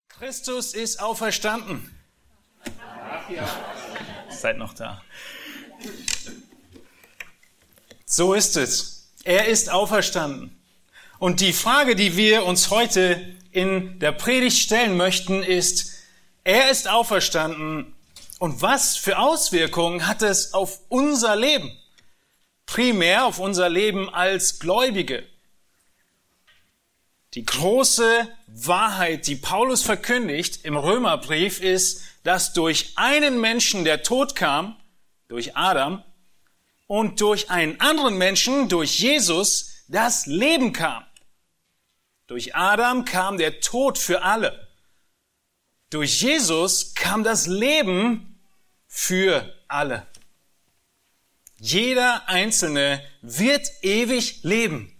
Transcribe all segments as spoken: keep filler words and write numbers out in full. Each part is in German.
Christus ist auferstanden. Ach ja. Seid noch da. So ist es. Er ist auferstanden. Und die Frage, die wir uns heute in der Predigt stellen möchten, ist, er ist auferstanden und was für Auswirkungen hat es auf unser Leben? Primär auf unser Leben als Gläubige. Die große Wahrheit, die Paulus verkündigt im Römerbrief, ist, dass durch einen Menschen der Tod kam, durch Adam, und durch einen anderen Menschen, durch Jesus, das Leben kam. Durch Adam kam der Tod für alle. Durch Jesus kam das Leben für alle. Jeder Einzelne wird ewig leben.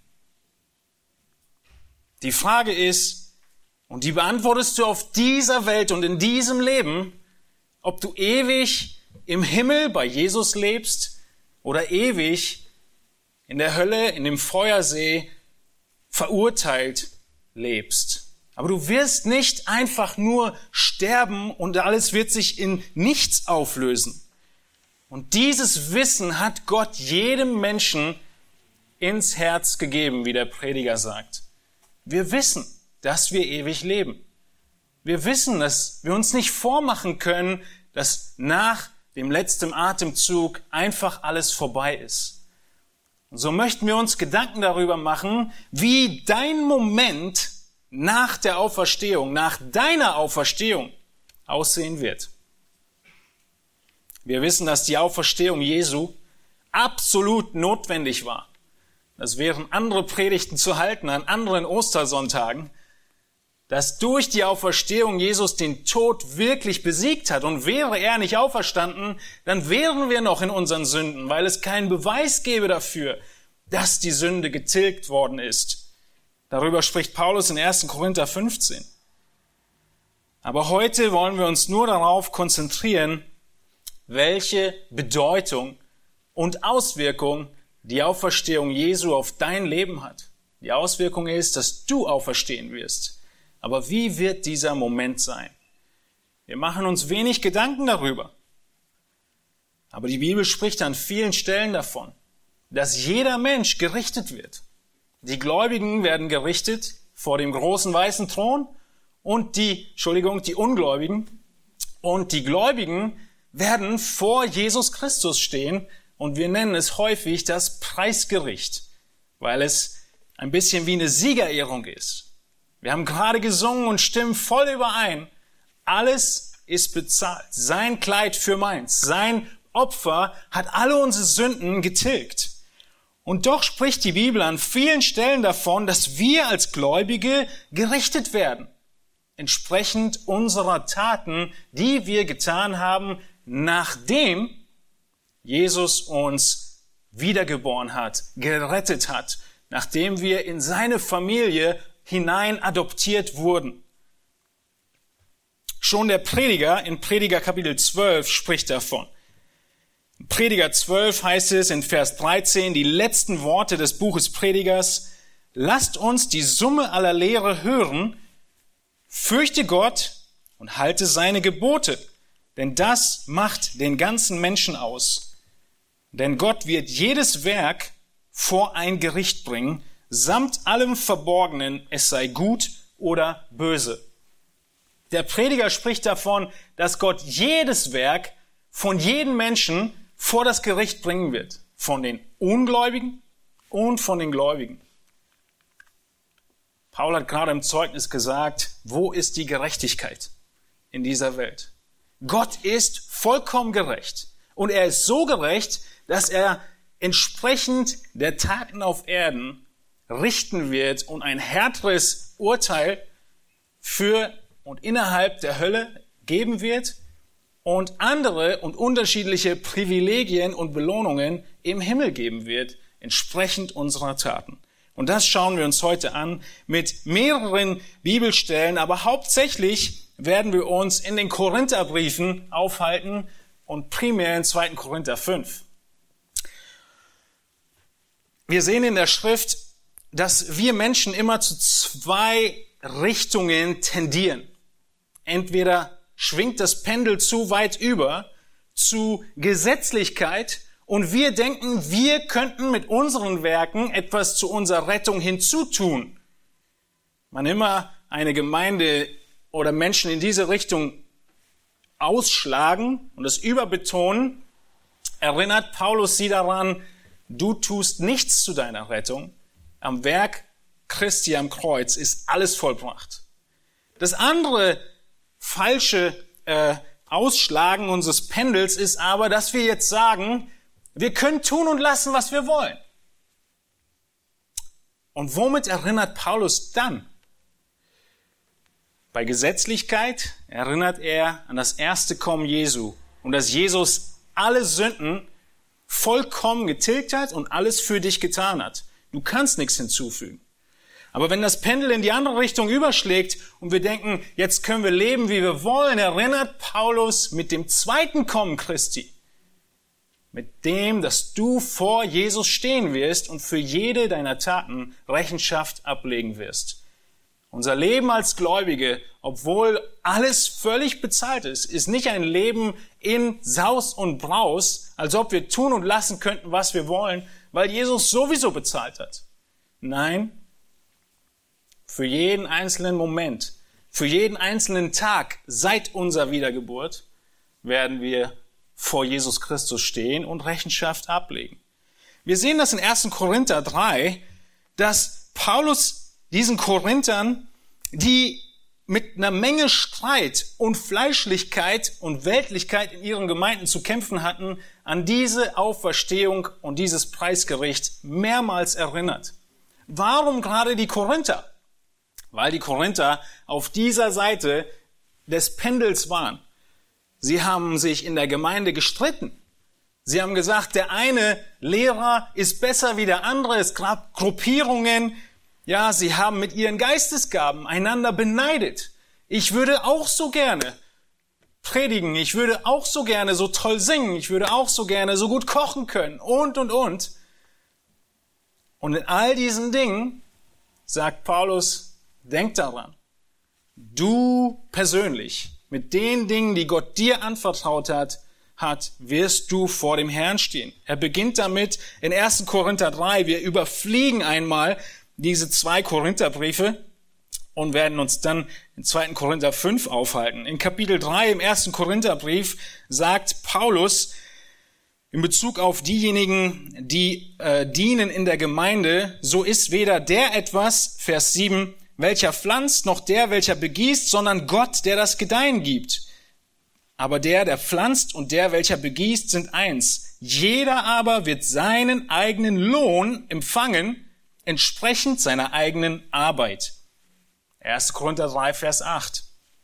Die Frage ist, und die beantwortest du auf dieser Welt und in diesem Leben, ob du ewig im Himmel bei Jesus lebst oder ewig in der Hölle, in dem Feuersee, verurteilt lebst. Aber du wirst nicht einfach nur sterben und alles wird sich in nichts auflösen. Und dieses Wissen hat Gott jedem Menschen ins Herz gegeben, wie der Prediger sagt. Wir wissen, dass wir ewig leben. Wir wissen, dass wir uns nicht vormachen können, dass nach dem letzten Atemzug einfach alles vorbei ist. Und so möchten wir uns Gedanken darüber machen, wie dein Moment nach der Auferstehung, nach deiner Auferstehung aussehen wird. Wir wissen, dass die Auferstehung Jesu absolut notwendig war. Das wären andere Predigten zu halten an anderen Ostersonntagen, dass durch die Auferstehung Jesus den Tod wirklich besiegt hat. Und wäre er nicht auferstanden, dann wären wir noch in unseren Sünden, weil es keinen Beweis gäbe dafür, dass die Sünde getilgt worden ist. Darüber spricht Paulus in erster Korinther fünfzehn. Aber heute wollen wir uns nur darauf konzentrieren, welche Bedeutung und Auswirkung die Auferstehung Jesu auf dein Leben hat. Die Auswirkung ist, dass du auferstehen wirst. Aber wie wird dieser Moment sein? Wir machen uns wenig Gedanken darüber. Aber die Bibel spricht an vielen Stellen davon, dass jeder Mensch gerichtet wird. Die Gläubigen werden gerichtet vor dem großen weißen Thron und die, Entschuldigung, die Ungläubigen und die Gläubigen werden vor Jesus Christus stehen. Und wir nennen es häufig das Preisgericht, weil es ein bisschen wie eine Siegerehrung ist. Wir haben gerade gesungen und stimmen voll überein. Alles ist bezahlt. Sein Kleid für meins, sein Opfer hat alle unsere Sünden getilgt. Und doch spricht die Bibel an vielen Stellen davon, dass wir als Gläubige gerichtet werden. Entsprechend unserer Taten, die wir getan haben, nachdem Jesus uns wiedergeboren hat, gerettet hat, nachdem wir in seine Familie hinein adoptiert wurden. Schon der Prediger in Prediger Kapitel zwölf spricht davon. In Prediger zwölf heißt es in Vers dreizehn, die letzten Worte des Buches Predigers: Lasst uns die Summe aller Lehre hören, fürchte Gott und halte seine Gebote, denn das macht den ganzen Menschen aus. Denn Gott wird jedes Werk vor ein Gericht bringen, samt allem Verborgenen, es sei gut oder böse. Der Prediger spricht davon, dass Gott jedes Werk von jedem Menschen vor das Gericht bringen wird. Von den Ungläubigen und von den Gläubigen. Paul hat gerade im Zeugnis gesagt, wo ist die Gerechtigkeit in dieser Welt? Gott ist vollkommen gerecht. Und er ist so gerecht, dass er entsprechend der Taten auf Erden richten wird und ein härteres Urteil für und innerhalb der Hölle geben wird und andere und unterschiedliche Privilegien und Belohnungen im Himmel geben wird, entsprechend unserer Taten. Und das schauen wir uns heute an mit mehreren Bibelstellen, aber hauptsächlich werden wir uns in den Korintherbriefen aufhalten und primär in zweiter Korinther fünf. Wir sehen in der Schrift, dass wir Menschen immer zu zwei Richtungen tendieren. Entweder schwingt das Pendel zu weit über zu Gesetzlichkeit und wir denken, wir könnten mit unseren Werken etwas zu unserer Rettung hinzutun. Wann immer eine Gemeinde oder Menschen in diese Richtung ausschlagen und das überbetonen, erinnert Paulus sie daran, du tust nichts zu deiner Rettung. Am Werk Christi am Kreuz ist alles vollbracht. Das andere falsche äh, Ausschlagen unseres Pendels ist aber, dass wir jetzt sagen, wir können tun und lassen, was wir wollen. Und womit erinnert Paulus dann? Bei Gesetzlichkeit erinnert er an das erste Kommen Jesu und dass Jesus alle Sünden vollkommen getilgt hat und alles für dich getan hat. Du kannst nichts hinzufügen. Aber wenn das Pendel in die andere Richtung überschlägt und wir denken, jetzt können wir leben, wie wir wollen, erinnert Paulus mit dem zweiten Kommen Christi, mit dem, dass du vor Jesus stehen wirst und für jede deiner Taten Rechenschaft ablegen wirst. Unser Leben als Gläubige, obwohl alles völlig bezahlt ist, ist nicht ein Leben in Saus und Braus, als ob wir tun und lassen könnten, was wir wollen, weil Jesus sowieso bezahlt hat. Nein, für jeden einzelnen Moment, für jeden einzelnen Tag seit unserer Wiedergeburt werden wir vor Jesus Christus stehen und Rechenschaft ablegen. Wir sehen das in ersten Korinther drei, dass Paulus diesen Korinthern, die mit einer Menge Streit und Fleischlichkeit und Weltlichkeit in ihren Gemeinden zu kämpfen hatten, an diese Auferstehung und dieses Preisgericht mehrmals erinnert. Warum gerade die Korinther? Weil die Korinther auf dieser Seite des Pendels waren. Sie haben sich in der Gemeinde gestritten. Sie haben gesagt, der eine Lehrer ist besser wie der andere. Es gab Gruppierungen. Ja, sie haben mit ihren Geistesgaben einander beneidet. Ich würde auch so gerne predigen. Ich würde auch so gerne so toll singen. Ich würde auch so gerne so gut kochen können. Und, und, und. Und in all diesen Dingen sagt Paulus, denk daran, du persönlich, mit den Dingen, die Gott dir anvertraut hat, hat, wirst du vor dem Herrn stehen. Er beginnt damit in ersten Korinther drei. Wir überfliegen einmal diese zwei Korintherbriefe und werden uns dann in zweiten Korinther fünf aufhalten. In Kapitel drei im ersten Korintherbrief sagt Paulus in Bezug auf diejenigen, die äh, dienen in der Gemeinde, so ist weder der etwas, Vers sieben, welcher pflanzt, noch der, welcher begießt, sondern Gott, der das Gedeihen gibt. Aber der, der pflanzt und der, welcher begießt, sind eins. Jeder aber wird seinen eigenen Lohn empfangen, entsprechend seiner eigenen Arbeit. erster Korinther drei, Vers acht.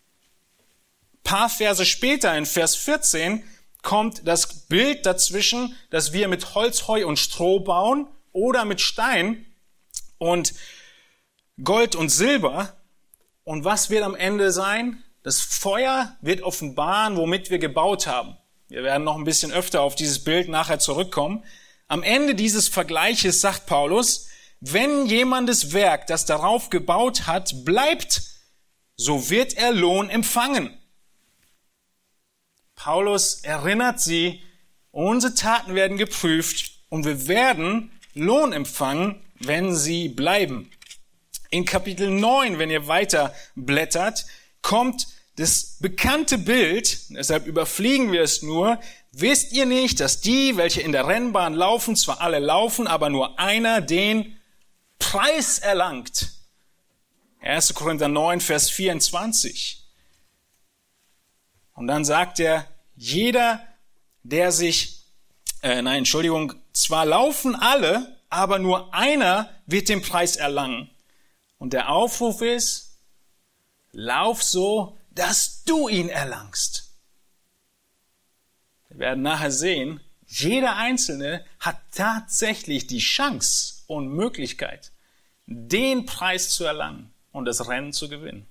Ein paar Verse später, in Vers vierzehn, kommt das Bild dazwischen, dass wir mit Holz, Heu und Stroh bauen oder mit Stein und Gold und Silber. Und was wird am Ende sein? Das Feuer wird offenbaren, womit wir gebaut haben. Wir werden noch ein bisschen öfter auf dieses Bild nachher zurückkommen. Am Ende dieses Vergleiches sagt Paulus, wenn jemandes Werk, das darauf gebaut hat, bleibt, so wird er Lohn empfangen. Paulus erinnert sie, unsere Taten werden geprüft und wir werden Lohn empfangen, wenn sie bleiben. In Kapitel neun, wenn ihr weiter blättert, kommt das bekannte Bild, deshalb überfliegen wir es nur. Wisst ihr nicht, dass die, welche in der Rennbahn laufen, zwar alle laufen, aber nur einer den Preis erlangt? erster Korinther neun, Vers vierundzwanzig. Und dann sagt er, jeder, der sich, äh, nein, Entschuldigung, zwar laufen alle, aber nur einer wird den Preis erlangen. Und der Aufruf ist, lauf so, dass du ihn erlangst. Wir werden nachher sehen, jeder Einzelne hat tatsächlich die Chance und Möglichkeit, den Preis zu erlangen und das Rennen zu gewinnen.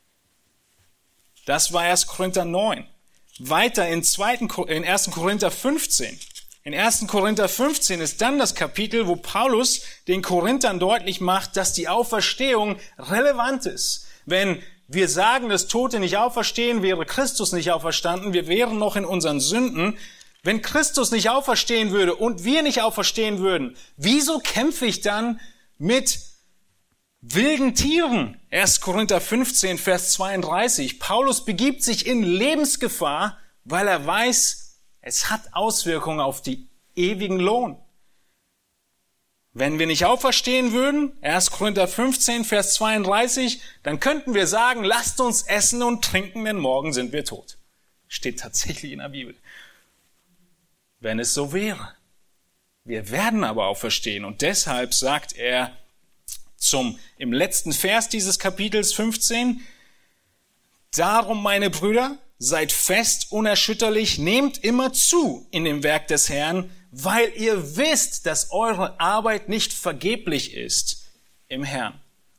Das war erster Korinther neun. Weiter in, zweiten, in erster Korinther fünfzehn. In erster Korinther fünfzehn ist dann das Kapitel, wo Paulus den Korinthern deutlich macht, dass die Auferstehung relevant ist. Wenn Wir sagen, dass Tote nicht auferstehen, wäre Christus nicht auferstanden, wir wären noch in unseren Sünden. Wenn Christus nicht auferstehen würde und wir nicht auferstehen würden, wieso kämpfe ich dann mit wilden Tieren? erster Korinther fünfzehn, Vers zweiunddreißig. Paulus begibt sich in Lebensgefahr, weil er weiß, es hat Auswirkungen auf die ewigen Lohn. Wenn wir nicht auferstehen würden, erster Korinther fünfzehn, Vers zweiunddreißig, dann könnten wir sagen, lasst uns essen und trinken, denn morgen sind wir tot. Steht tatsächlich in der Bibel. Wenn es so wäre. Wir werden aber auferstehen. Und deshalb sagt er zum, im letzten Vers dieses Kapitels fünfzehn, darum, meine Brüder, seid fest, unerschütterlich, nehmt immer zu in dem Werk des Herrn, weil ihr wisst, dass eure Arbeit nicht vergeblich ist im Herrn.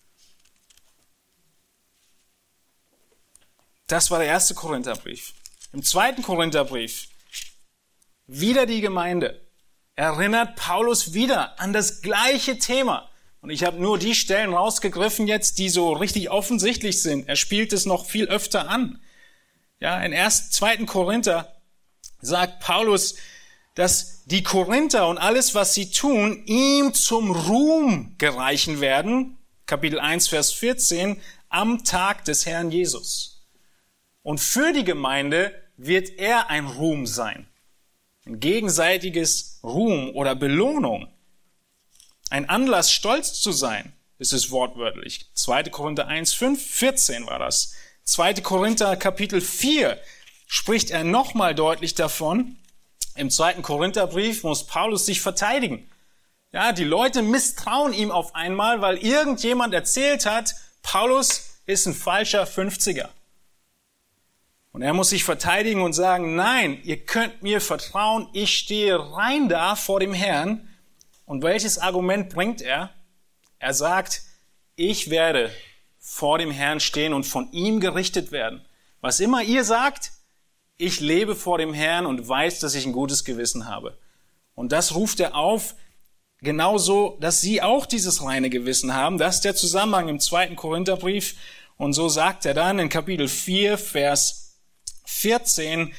Das war der erste Korintherbrief. Im zweiten Korintherbrief, wieder die Gemeinde, erinnert Paulus wieder an das gleiche Thema. Und ich habe nur die Stellen rausgegriffen jetzt, die so richtig offensichtlich sind. Er spielt es noch viel öfter an. Ja, in ersten, zweiten Korinther sagt Paulus, dass die Korinther und alles, was sie tun, ihm zum Ruhm gereichen werden. Kapitel eins, Vers vierzehn, am Tag des Herrn Jesus. Und für die Gemeinde wird er ein Ruhm sein. Ein gegenseitiges Ruhm oder Belohnung. Ein Anlass, stolz zu sein, ist es wortwörtlich. zweiter Korinther eins, fünf, vierzehn war das. zweiter Korinther Kapitel vier spricht er nochmal deutlich davon. Im zweiten Korintherbrief muss Paulus sich verteidigen. Ja, die Leute misstrauen ihm auf einmal, weil irgendjemand erzählt hat, Paulus ist ein falscher Fünfziger. Und er muss sich verteidigen und sagen, nein, ihr könnt mir vertrauen, ich stehe rein da vor dem Herrn. Und welches Argument bringt er? Er sagt, ich werde vor dem Herrn stehen und von ihm gerichtet werden. Was immer ihr sagt, ich lebe vor dem Herrn und weiß, dass ich ein gutes Gewissen habe. Und das ruft er auf, genauso, dass sie auch dieses reine Gewissen haben. Das ist der Zusammenhang im zweiten Korintherbrief. Und so sagt er dann in Kapitel vier, Vers vierzehn,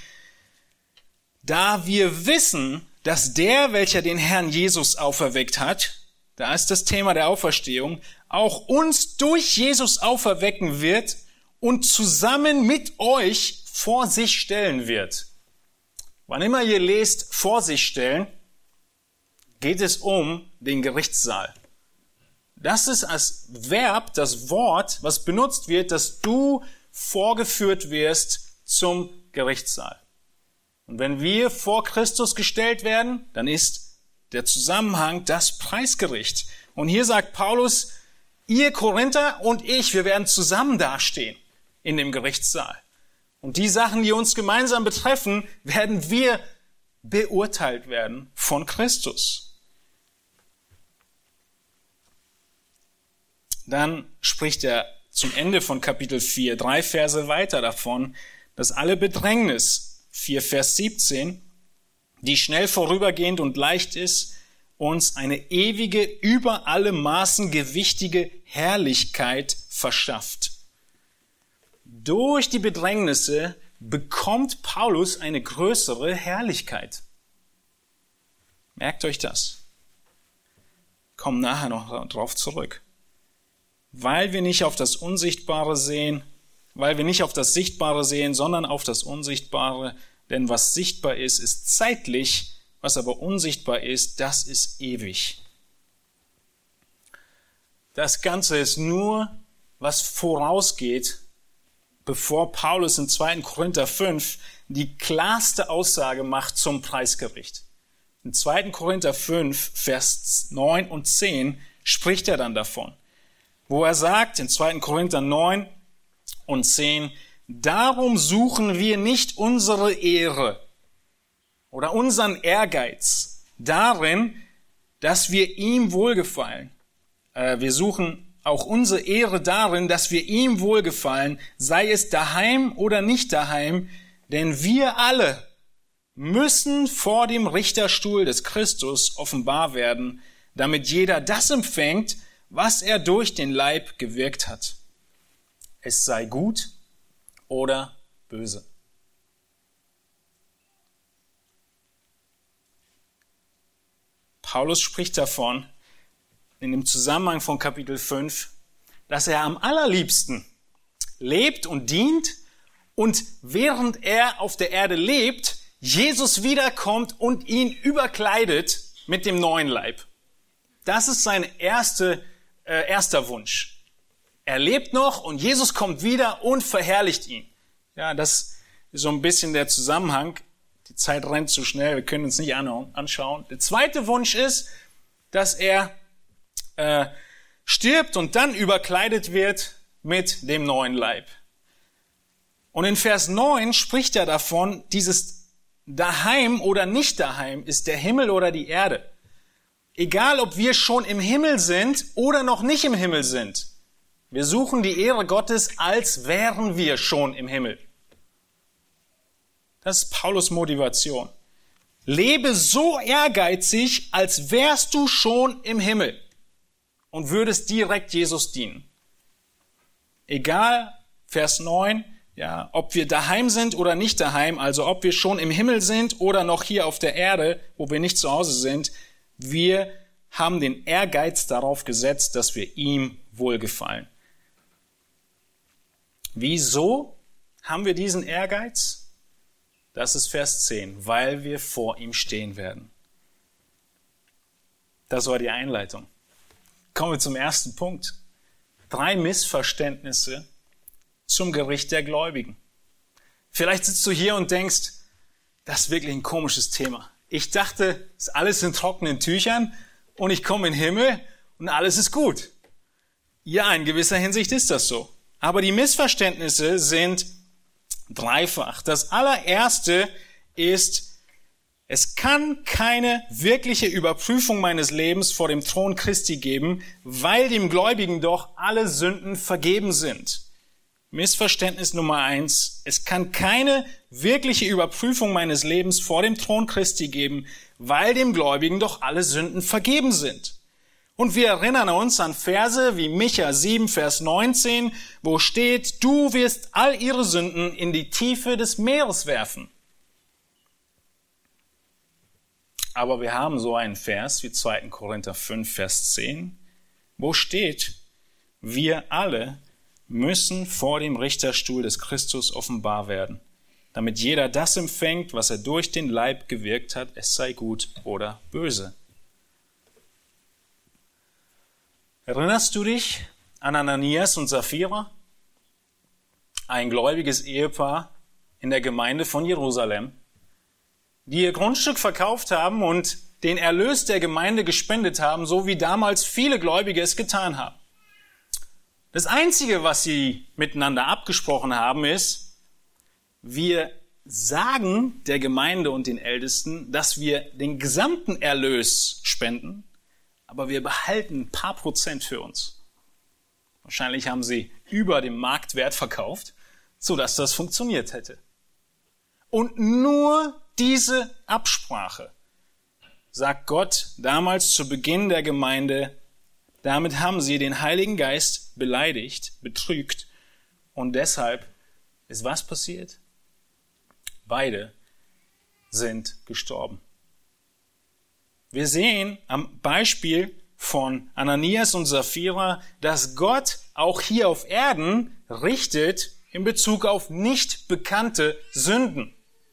da wir wissen, dass der, welcher den Herrn Jesus auferweckt hat, da ist das Thema der Auferstehung, auch uns durch Jesus auferwecken wird und zusammen mit euch vor sich stellen wird. Wann immer ihr lest, vor sich stellen, geht es um den Gerichtssaal. Das ist das Verb, das Wort, was benutzt wird, dass du vorgeführt wirst zum Gerichtssaal. Und wenn wir vor Christus gestellt werden, dann ist der Zusammenhang das Preisgericht. Und hier sagt Paulus, ihr Korinther und ich, wir werden zusammen dastehen in dem Gerichtssaal. Und die Sachen, die uns gemeinsam betreffen, werden wir beurteilt werden von Christus. Dann spricht er zum Ende von Kapitel vier, drei Verse weiter davon, dass alle Bedrängnis, vier Vers siebzehn, die schnell vorübergehend und leicht ist, uns eine ewige, über alle Maßen gewichtige Herrlichkeit verschafft. Durch die Bedrängnisse bekommt Paulus eine größere Herrlichkeit. Merkt euch das. Kommen nachher noch drauf zurück. Weil wir nicht auf das Unsichtbare sehen, weil wir nicht auf das Sichtbare sehen, sondern auf das Unsichtbare. Denn was sichtbar ist, ist zeitlich, was aber unsichtbar ist, das ist ewig. Das Ganze ist nur, was vorausgeht, bevor Paulus in zweiter Korinther fünf die klarste Aussage macht zum Preisgericht. In zweiter Korinther fünf, Vers neun und zehn spricht er dann davon, wo er sagt, in zweiter Korinther neun und zehn, darum suchen wir nicht unsere Ehre oder unseren Ehrgeiz darin, dass wir ihm wohlgefallen. Äh, wir suchen auch unsere Ehre darin, dass wir ihm wohlgefallen, sei es daheim oder nicht daheim, denn wir alle müssen vor dem Richterstuhl des Christus offenbar werden, damit jeder das empfängt, was er durch den Leib gewirkt hat. es sei gut oder böse. Paulus spricht davon, in dem Zusammenhang von Kapitel fünf, dass er am allerliebsten lebt und dient und während er auf der Erde lebt, Jesus wiederkommt und ihn überkleidet mit dem neuen Leib. Das ist sein erste, äh, erster Wunsch. Er lebt noch und Jesus kommt wieder und verherrlicht ihn. Ja, das ist so ein bisschen der Zusammenhang. Die Zeit rennt zu schnell, wir können uns nicht anschauen. Der zweite Wunsch ist, dass er äh, stirbt und dann überkleidet wird mit dem neuen Leib. Und in Vers neun spricht er davon, dieses Daheim oder nicht Daheim ist der Himmel oder die Erde. Egal, ob wir schon im Himmel sind oder noch nicht im Himmel sind. Wir suchen die Ehre Gottes, als wären wir schon im Himmel. Das ist Paulus Motivation. Lebe so ehrgeizig, als wärst du schon im Himmel und würdest direkt Jesus dienen. Egal, Vers neun, ja, ob wir daheim sind oder nicht daheim, also ob wir schon im Himmel sind oder noch hier auf der Erde, wo wir nicht zu Hause sind, wir haben den Ehrgeiz darauf gesetzt, dass wir ihm wohlgefallen. Wieso haben wir diesen Ehrgeiz? Das ist Vers zehn, weil wir vor ihm stehen werden. Das war die Einleitung. Kommen wir zum ersten Punkt. Drei Missverständnisse zum Gericht der Gläubigen. Vielleicht sitzt du hier und denkst, das ist wirklich ein komisches Thema. Ich dachte, es ist alles in trockenen Tüchern und ich komme in den Himmel und alles ist gut. Ja, in gewisser Hinsicht ist das so. Aber die Missverständnisse sind dreifach. Das allererste ist, es kann keine wirkliche Überprüfung meines Lebens vor dem Thron Christi geben, weil dem Gläubigen doch alle Sünden vergeben sind. Missverständnis Nummer eins, es kann keine wirkliche Überprüfung meines Lebens vor dem Thron Christi geben, weil dem Gläubigen doch alle Sünden vergeben sind. Und wir erinnern uns an Verse wie Micha sieben, Vers neunzehn, wo steht, du wirst all ihre Sünden in die Tiefe des Meeres werfen. Aber wir haben so einen Vers wie zweiter Korinther fünf, Vers zehn, wo steht, wir alle müssen vor dem Richterstuhl des Christus offenbar werden, damit jeder das empfängt, was er durch den Leib gewirkt hat, es sei gut oder böse. Erinnerst du dich an Ananias und Sapphira? Ein gläubiges Ehepaar in der Gemeinde von Jerusalem, die ihr Grundstück verkauft haben und den Erlös der Gemeinde gespendet haben, so wie damals viele Gläubige es getan haben. Das Einzige, was sie miteinander abgesprochen haben, ist, wir sagen der Gemeinde und den Ältesten, dass wir den gesamten Erlös spenden, aber wir behalten ein paar Prozent für uns. Wahrscheinlich haben sie über dem Marktwert verkauft, sodass das funktioniert hätte. Und nur diese Absprache, sagt Gott damals zu Beginn der Gemeinde, damit haben sie den Heiligen Geist beleidigt, betrügt und deshalb ist was passiert? Beide sind gestorben. Wir sehen am Beispiel von Ananias und Sapphira, dass Gott auch hier auf Erden richtet in Bezug auf nicht bekannte Sünden.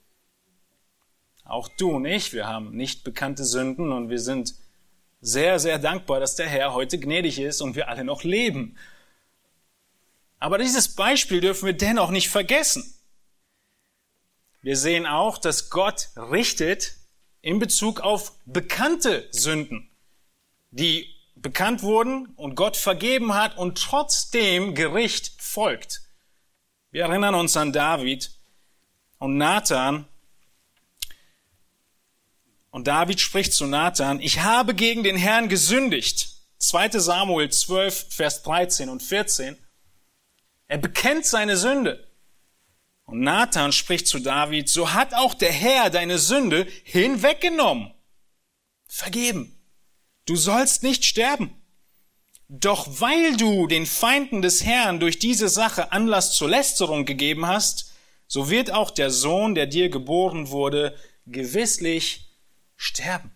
Auch du und ich, wir haben nicht bekannte Sünden und wir sind sehr, sehr dankbar, dass der Herr heute gnädig ist und wir alle noch leben. Aber dieses Beispiel dürfen wir dennoch nicht vergessen. Wir sehen auch, dass Gott richtet in Bezug auf bekannte Sünden, die bekannt wurden und Gott vergeben hat und trotzdem Gericht folgt. Wir erinnern uns an David und Nathan. Und David spricht zu Nathan, ich habe gegen den Herrn gesündigt. zweiter Samuel zwölf, Vers dreizehn und vierzehn. Er bekennt seine Sünde. Und Nathan spricht zu David, so hat auch der Herr deine Sünde hinweggenommen. Vergeben. Du sollst nicht sterben. Doch weil du den Feinden des Herrn durch diese Sache Anlass zur Lästerung gegeben hast, so wird auch der Sohn, der dir geboren wurde, gewisslich sterben.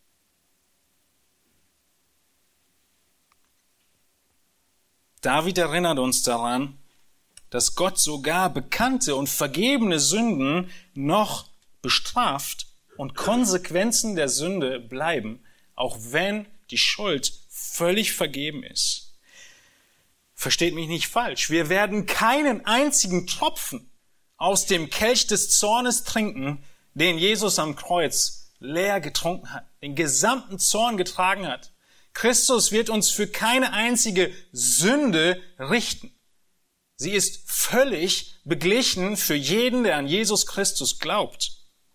David erinnert uns daran, dass Gott sogar bekannte und vergebene Sünden noch bestraft und Konsequenzen der Sünde bleiben, auch wenn die Schuld völlig vergeben ist. Versteht mich nicht falsch. Wir werden keinen einzigen Tropfen aus dem Kelch des Zornes trinken, den Jesus am Kreuz leer getrunken hat, den gesamten Zorn getragen hat. Christus wird uns für keine einzige Sünde richten. Sie ist völlig beglichen für jeden, der an Jesus Christus glaubt.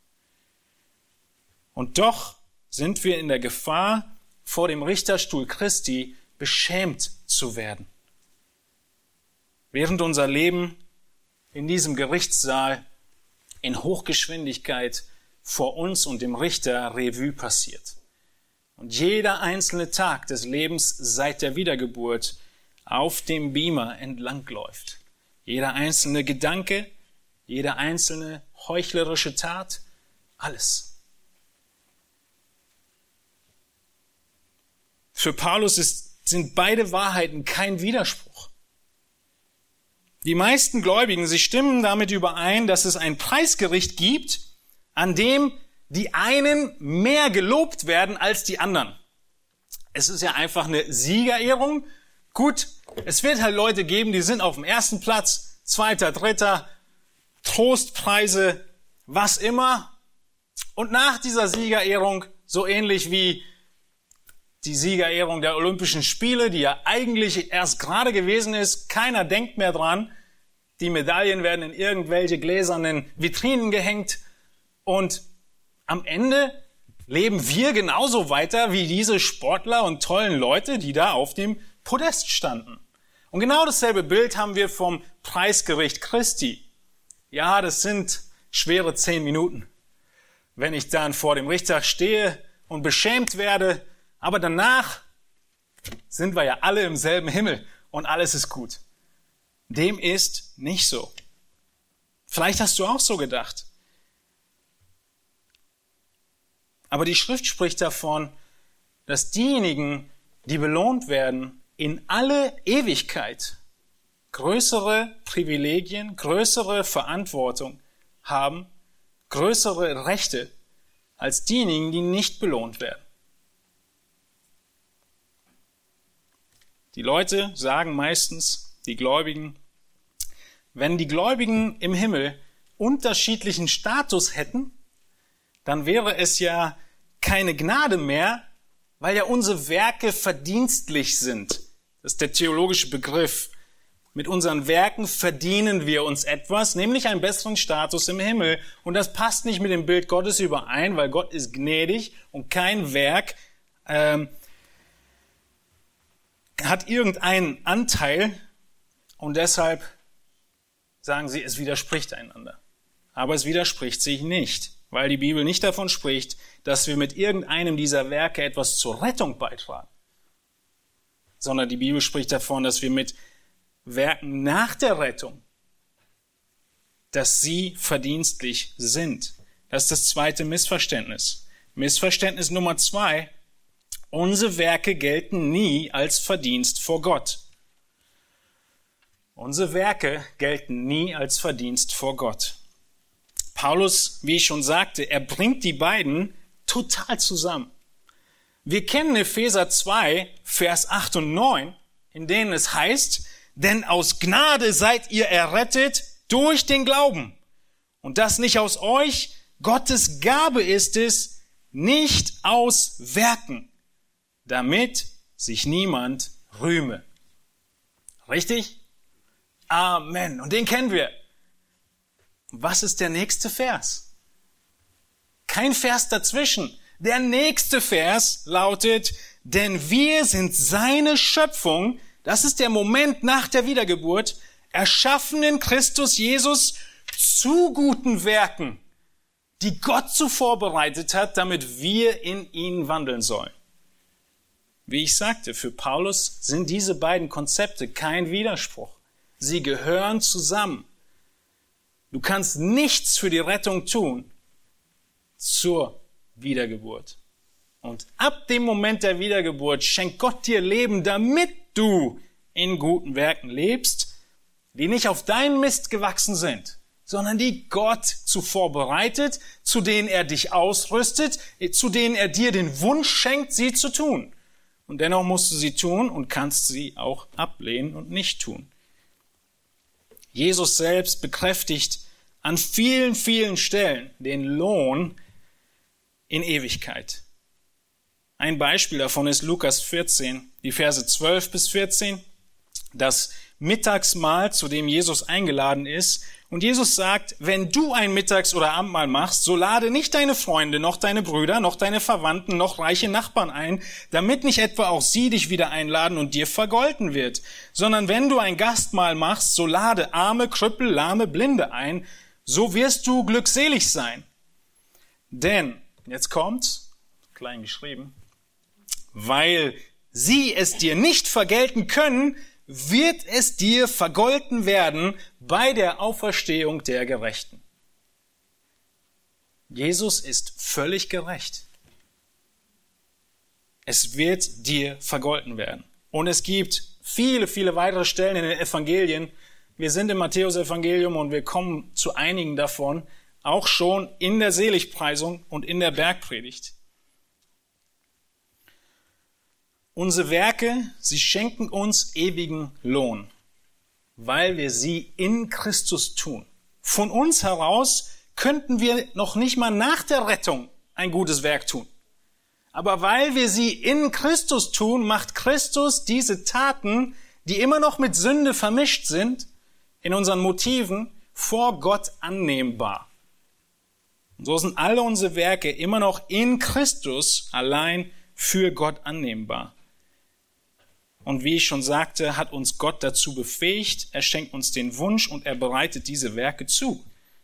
Und doch sind wir in der Gefahr, vor dem Richterstuhl Christi beschämt zu werden. Während unser Leben in diesem Gerichtssaal in Hochgeschwindigkeit vor uns und dem Richter Revue passiert. Und jeder einzelne Tag des Lebens seit der Wiedergeburt auf dem Beamer entlangläuft. Jeder einzelne Gedanke, jede einzelne heuchlerische Tat, alles. Für Paulus ist, sind beide Wahrheiten kein Widerspruch. Die meisten Gläubigen, sie stimmen damit überein, dass es ein Preisgericht gibt, an dem die einen mehr gelobt werden als die anderen. Es ist ja einfach eine Siegerehrung. Gut, es wird halt Leute geben, die sind auf dem ersten Platz, zweiter, dritter, Trostpreise, was immer. Und nach dieser Siegerehrung, so ähnlich wie die Siegerehrung der Olympischen Spiele, die ja eigentlich erst gerade gewesen ist, keiner denkt mehr dran. Die Medaillen werden in irgendwelche gläsernen Vitrinen gehängt und am Ende leben wir genauso weiter wie diese Sportler und tollen Leute, die da auf dem Podest standen. Und genau dasselbe Bild haben wir vom Preisgericht Christi. Ja, das sind schwere zehn Minuten, wenn ich dann vor dem Richter stehe und beschämt werde. Aber danach sind wir ja alle im selben Himmel und alles ist gut. Dem ist nicht so. Vielleicht hast du auch so gedacht. Aber die Schrift spricht davon, dass diejenigen, die belohnt werden, in alle Ewigkeit größere Privilegien, größere Verantwortung haben, größere Rechte als diejenigen, die nicht belohnt werden. Die Leute sagen meistens, die Gläubigen, wenn die Gläubigen im Himmel unterschiedlichen Status hätten, dann wäre es ja keine Gnade mehr, weil ja unsere Werke verdienstlich sind. Das ist der theologische Begriff. Mit unseren Werken verdienen wir uns etwas, nämlich einen besseren Status im Himmel. Und das passt nicht mit dem Bild Gottes überein, weil Gott ist gnädig und kein Werk ähm, hat irgendeinen Anteil. Und deshalb sagen sie, es widerspricht einander. Aber es widerspricht sich nicht, weil die Bibel nicht davon spricht, dass wir mit irgendeinem dieser Werke etwas zur Rettung beitragen, sondern die Bibel spricht davon, dass wir mit Werken nach der Rettung, dass sie verdienstlich sind. Das ist das zweite Missverständnis. Missverständnis Nummer zwei: Unsere Werke gelten nie als Verdienst vor Gott. Unsere Werke gelten nie als Verdienst vor Gott. Paulus, wie ich schon sagte, er bringt die beiden total zusammen. Wir kennen Epheser zwei, Vers acht und neun, in denen es heißt, denn aus Gnade seid ihr errettet durch den Glauben. Und das nicht aus euch, Gottes Gabe ist es, nicht aus Werken, damit sich niemand rühme. Richtig? Amen. Und den kennen wir. Was ist der nächste Vers? Kein Vers dazwischen. Der nächste Vers lautet, denn wir sind seine Schöpfung, das ist der Moment nach der Wiedergeburt, erschaffen in Christus Jesus zu guten Werken, die Gott zuvor bereitet hat, damit wir in ihnen wandeln sollen. Wie ich sagte, für Paulus sind diese beiden Konzepte kein Widerspruch. Sie gehören zusammen. Du kannst nichts für die Rettung tun zur Wiedergeburt. Und ab dem Moment der Wiedergeburt schenkt Gott dir Leben, damit du in guten Werken lebst, die nicht auf deinen Mist gewachsen sind, sondern die Gott zuvor bereitet, zu denen er dich ausrüstet, zu denen er dir den Wunsch schenkt, sie zu tun. Und dennoch musst du sie tun und kannst sie auch ablehnen und nicht tun. Jesus selbst bekräftigt an vielen, vielen Stellen den Lohn in Ewigkeit. Ein Beispiel davon ist Lukas vierzehn, die Verse zwölf bis vierzehn, das Mittagsmahl, zu dem Jesus eingeladen ist. Und Jesus sagt, wenn du ein Mittags- oder Abendmahl machst, so lade nicht deine Freunde, noch deine Brüder, noch deine Verwandten, noch reiche Nachbarn ein, damit nicht etwa auch sie dich wieder einladen und dir vergolten wird. Sondern wenn du ein Gastmahl machst, so lade Arme, Krüppel, Lahme, Blinde ein, so wirst du glückselig sein. Denn, jetzt kommt's, klein geschrieben, weil sie es dir nicht vergelten können, wird es dir vergolten werden bei der Auferstehung der Gerechten. Jesus ist völlig gerecht. Es wird dir vergolten werden. Und es gibt viele, viele weitere Stellen in den Evangelien. Wir sind im Matthäus-Evangelium und wir kommen zu einigen davon, auch schon in der Seligpreisung und in der Bergpredigt. Unsere Werke, sie schenken uns ewigen Lohn, weil wir sie in Christus tun. Von uns heraus könnten wir noch nicht mal nach der Rettung ein gutes Werk tun. Aber weil wir sie in Christus tun, macht Christus diese Taten, die immer noch mit Sünde vermischt sind, in unseren Motiven vor Gott annehmbar. Und so sind alle unsere Werke immer noch in Christus allein für Gott annehmbar. Und wie ich schon sagte, hat uns Gott dazu befähigt, er schenkt uns den Wunsch und er bereitet diese Werke zu.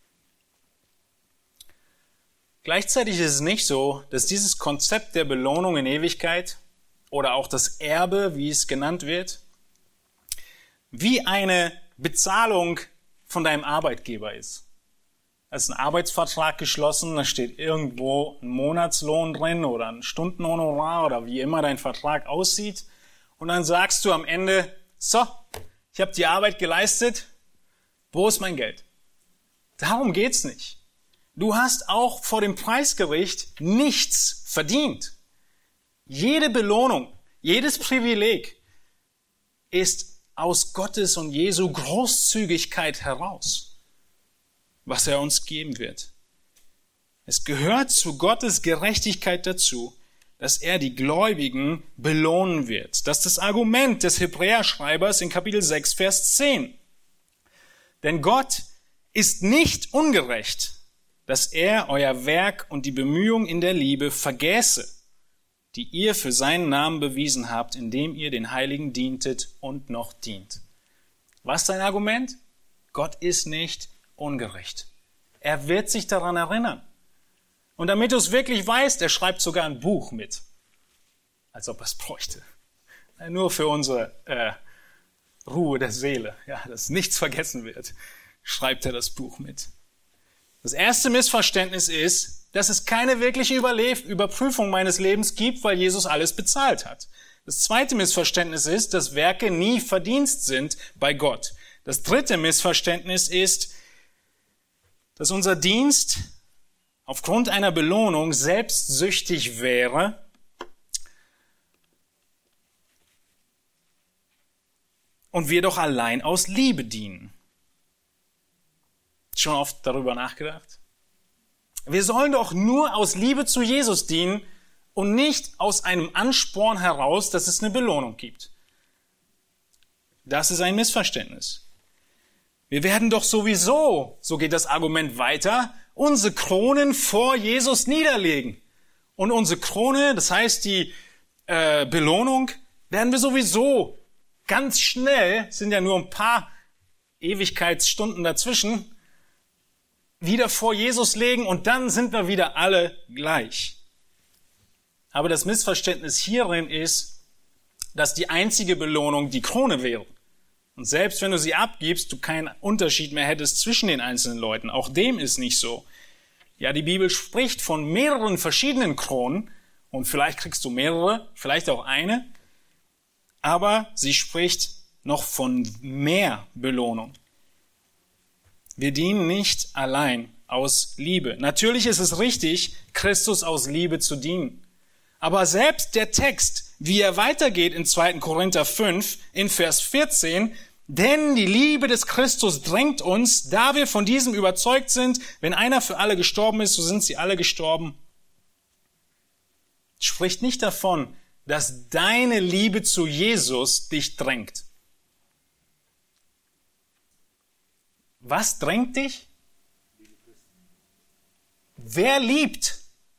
Gleichzeitig ist es nicht so, dass dieses Konzept der Belohnung in Ewigkeit oder auch das Erbe, wie es genannt wird, wie eine Bezahlung von deinem Arbeitgeber ist. Da ist ein Arbeitsvertrag geschlossen, da steht irgendwo ein Monatslohn drin oder ein Stundenhonorar oder wie immer dein Vertrag aussieht. Und dann sagst du am Ende, so, ich habe die Arbeit geleistet, wo ist mein Geld? Darum geht's nicht. Du hast auch vor dem Preisgericht nichts verdient. Jede Belohnung, jedes Privileg ist aus Gottes und Jesu Großzügigkeit heraus, was er uns geben wird. Es gehört zu Gottes Gerechtigkeit dazu, dass er die Gläubigen belohnen wird. Das ist das Argument des Hebräerschreibers in Kapitel sechs, Vers zehn. Denn Gott ist nicht ungerecht, dass er euer Werk und die Bemühung in der Liebe vergäße, die ihr für seinen Namen bewiesen habt, indem ihr den Heiligen dientet und noch dient. Was ist sein Argument? Gott ist nicht ungerecht. Er wird sich daran erinnern. Und damit du es wirklich weißt, er schreibt sogar ein Buch mit. Als ob er es bräuchte. Nur für unsere äh, Ruhe der Seele, ja, dass nichts vergessen wird, schreibt er das Buch mit. Das erste Missverständnis ist, dass es keine wirkliche Überleb- Überprüfung meines Lebens gibt, weil Jesus alles bezahlt hat. Das zweite Missverständnis ist, dass Werke nie Verdienst sind bei Gott. Das dritte Missverständnis ist, dass unser Dienst aufgrund einer Belohnung selbstsüchtig wäre und wir doch allein aus Liebe dienen. Schon oft darüber nachgedacht? Wir sollen doch nur aus Liebe zu Jesus dienen und nicht aus einem Ansporn heraus, dass es eine Belohnung gibt. Das ist ein Missverständnis. Wir werden doch sowieso, so geht das Argument weiter, unsere Kronen vor Jesus niederlegen. Und unsere Krone, das heißt die äh, Belohnung, werden wir sowieso ganz schnell, sind ja nur ein paar Ewigkeitsstunden dazwischen, wieder vor Jesus legen und dann sind wir wieder alle gleich. Aber das Missverständnis hierin ist, dass die einzige Belohnung die Krone wäre. Und selbst wenn du sie abgibst, du keinen Unterschied mehr hättest zwischen den einzelnen Leuten. Auch dem ist nicht so. Ja, die Bibel spricht von mehreren verschiedenen Kronen und vielleicht kriegst du mehrere, vielleicht auch eine, aber sie spricht noch von mehr Belohnung. Wir dienen nicht allein aus Liebe. Natürlich ist es richtig, Christus aus Liebe zu dienen. Aber selbst der Text, wie er weitergeht in zweiten Korinther fünf, in Vers vierzehn, denn die Liebe des Christus drängt uns, da wir von diesem überzeugt sind, wenn einer für alle gestorben ist, so sind sie alle gestorben. Spricht nicht davon, dass deine Liebe zu Jesus dich drängt. Was drängt dich? Wer liebt?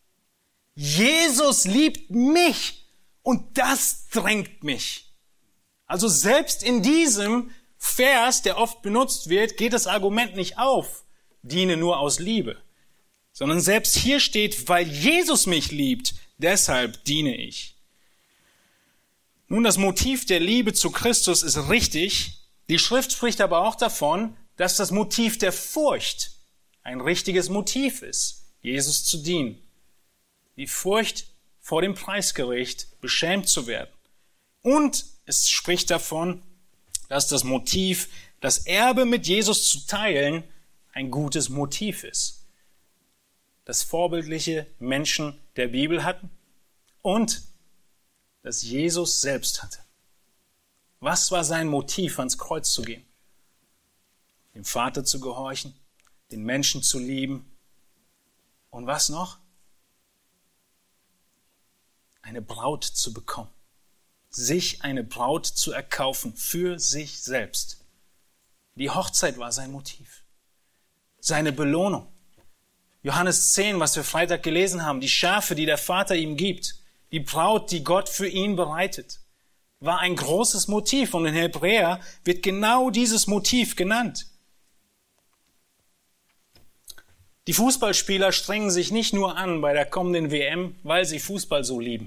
Jesus liebt mich und das drängt mich. Also selbst in diesem Vers, der oft benutzt wird, geht das Argument nicht auf, diene nur aus Liebe, sondern selbst hier steht, weil Jesus mich liebt, deshalb diene ich. Nun, das Motiv der Liebe zu Christus ist richtig. Die Schrift spricht aber auch davon, dass das Motiv der Furcht ein richtiges Motiv ist, Jesus zu dienen. Die Furcht vor dem Preisgericht, beschämt zu werden. Und es spricht davon, dass das Motiv, das Erbe mit Jesus zu teilen, ein gutes Motiv ist. Das vorbildliche Menschen der Bibel hatten und das Jesus selbst hatte. Was war sein Motiv, ans Kreuz zu gehen? Dem Vater zu gehorchen, den Menschen zu lieben und was noch? Eine Braut zu bekommen. Sich eine Braut zu erkaufen für sich selbst. Die Hochzeit war sein Motiv. Seine Belohnung. Johannes zehn, was wir Freitag gelesen haben, die Schafe, die der Vater ihm gibt, die Braut, die Gott für ihn bereitet, war ein großes Motiv. Und in Hebräer wird genau dieses Motiv genannt. Die Fußballspieler strengen sich nicht nur an bei der kommenden W M, weil sie Fußball so lieben.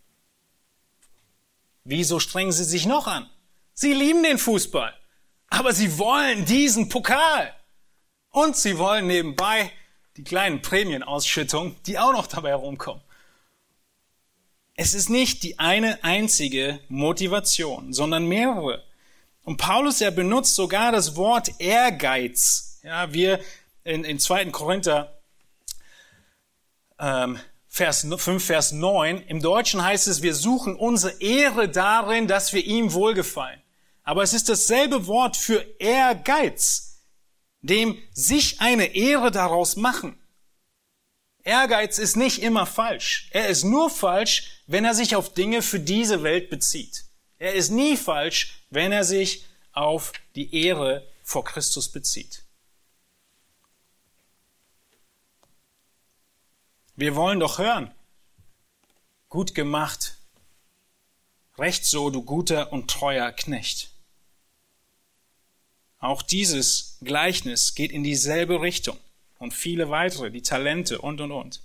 Wieso strengen sie sich noch an? Sie lieben den Fußball, aber sie wollen diesen Pokal. Und sie wollen nebenbei die kleinen Prämienausschüttungen, die auch noch dabei herumkommen. Es ist nicht die eine einzige Motivation, sondern mehrere. Und Paulus, er benutzt sogar das Wort Ehrgeiz. Ja, wir in, in zweiten Korinther ähm, Vers fünf, Vers neun, im Deutschen heißt es, wir suchen unsere Ehre darin, dass wir ihm wohlgefallen. Aber es ist dasselbe Wort für Ehrgeiz, dem sich eine Ehre daraus machen. Ehrgeiz ist nicht immer falsch. Er ist nur falsch, wenn er sich auf Dinge für diese Welt bezieht. Er ist nie falsch, wenn er sich auf die Ehre vor Christus bezieht. Wir wollen doch hören. Gut gemacht. Recht so, du guter und treuer Knecht. Auch dieses Gleichnis geht in dieselbe Richtung. Und viele weitere, die Talente und, und, und.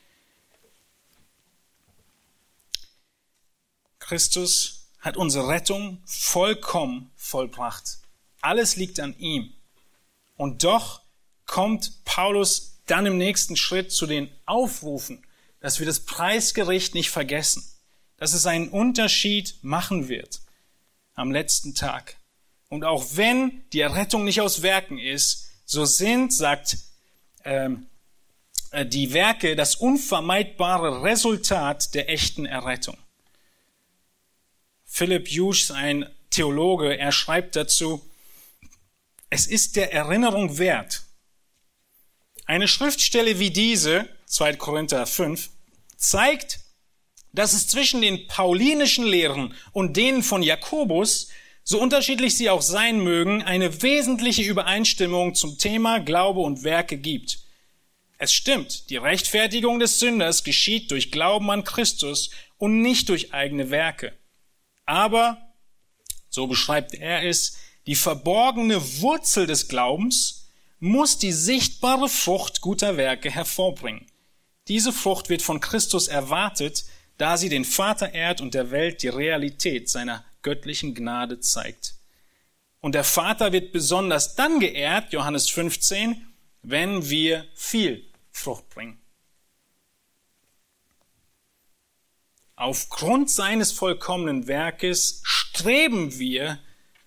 Christus hat unsere Rettung vollkommen vollbracht. Alles liegt an ihm. Und doch kommt Paulus dann im nächsten Schritt zu den Aufrufen, dass wir das Preisgericht nicht vergessen, dass es einen Unterschied machen wird am letzten Tag. Und auch wenn die Errettung nicht aus Werken ist, so sind, sagt ähm, die Werke das unvermeidbare Resultat der echten Errettung. Philipp Jusch, ein Theologe, er schreibt dazu, es ist der Erinnerung wert. Eine Schriftstelle wie diese, zweiter Korinther fünf, zeigt, dass es zwischen den paulinischen Lehren und denen von Jakobus, so unterschiedlich sie auch sein mögen, eine wesentliche Übereinstimmung zum Thema Glaube und Werke gibt. Es stimmt, die Rechtfertigung des Sünders geschieht durch Glauben an Christus und nicht durch eigene Werke. Aber, so beschreibt er es, die verborgene Wurzel des Glaubens muss die sichtbare Frucht guter Werke hervorbringen. Diese Frucht wird von Christus erwartet, da sie den Vater ehrt und der Welt die Realität seiner göttlichen Gnade zeigt. Und der Vater wird besonders dann geehrt, Johannes fünfzehn, wenn wir viel Frucht bringen. Aufgrund seines vollkommenen Werkes streben wir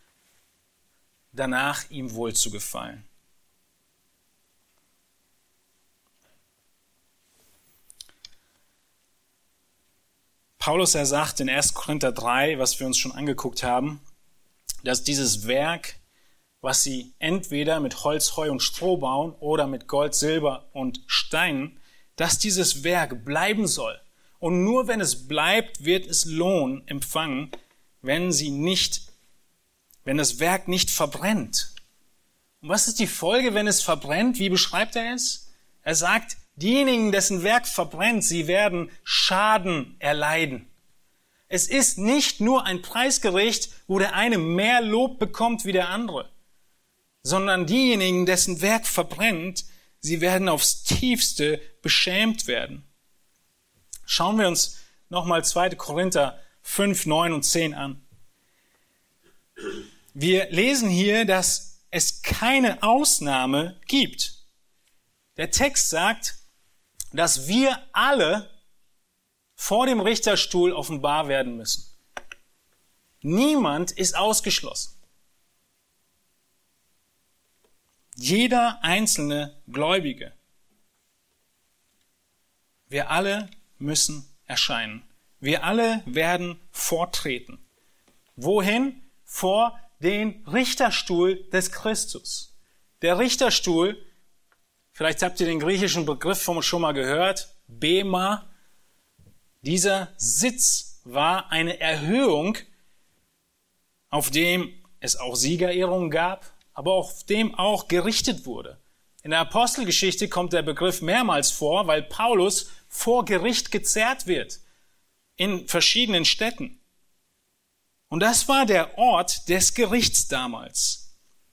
danach, ihm wohl zu gefallen. Paulus, er sagt in erster Korinther drei, was wir uns schon angeguckt haben, dass dieses Werk, was sie entweder mit Holz, Heu und Stroh bauen oder mit Gold, Silber und Steinen, dass dieses Werk bleiben soll. Und nur wenn es bleibt, wird es Lohn empfangen, wenn sie nicht, wenn das Werk nicht verbrennt. Und was ist die Folge, wenn es verbrennt? Wie beschreibt er es? Er sagt, diejenigen, dessen Werk verbrennt, sie werden Schaden erleiden. Es ist nicht nur ein Preisgericht, wo der eine mehr Lob bekommt wie der andere, sondern diejenigen, dessen Werk verbrennt, sie werden aufs Tiefste beschämt werden. Schauen wir uns nochmal zweiter Korinther fünf, neun und zehn an. Wir lesen hier, dass es keine Ausnahme gibt. Der Text sagt, dass wir alle vor dem Richterstuhl offenbar werden müssen. Niemand ist ausgeschlossen. Jeder einzelne Gläubige. Wir alle müssen erscheinen. Wir alle werden vortreten. Wohin? Vor den Richterstuhl des Christus. Der Richterstuhl, vielleicht habt ihr den griechischen Begriff schon mal gehört, Bema. Dieser Sitz war eine Erhöhung, auf dem es auch Siegerehrungen gab, aber auf dem auch gerichtet wurde. In der Apostelgeschichte kommt der Begriff mehrmals vor, weil Paulus vor Gericht gezerrt wird in verschiedenen Städten. Und das war der Ort des Gerichts damals.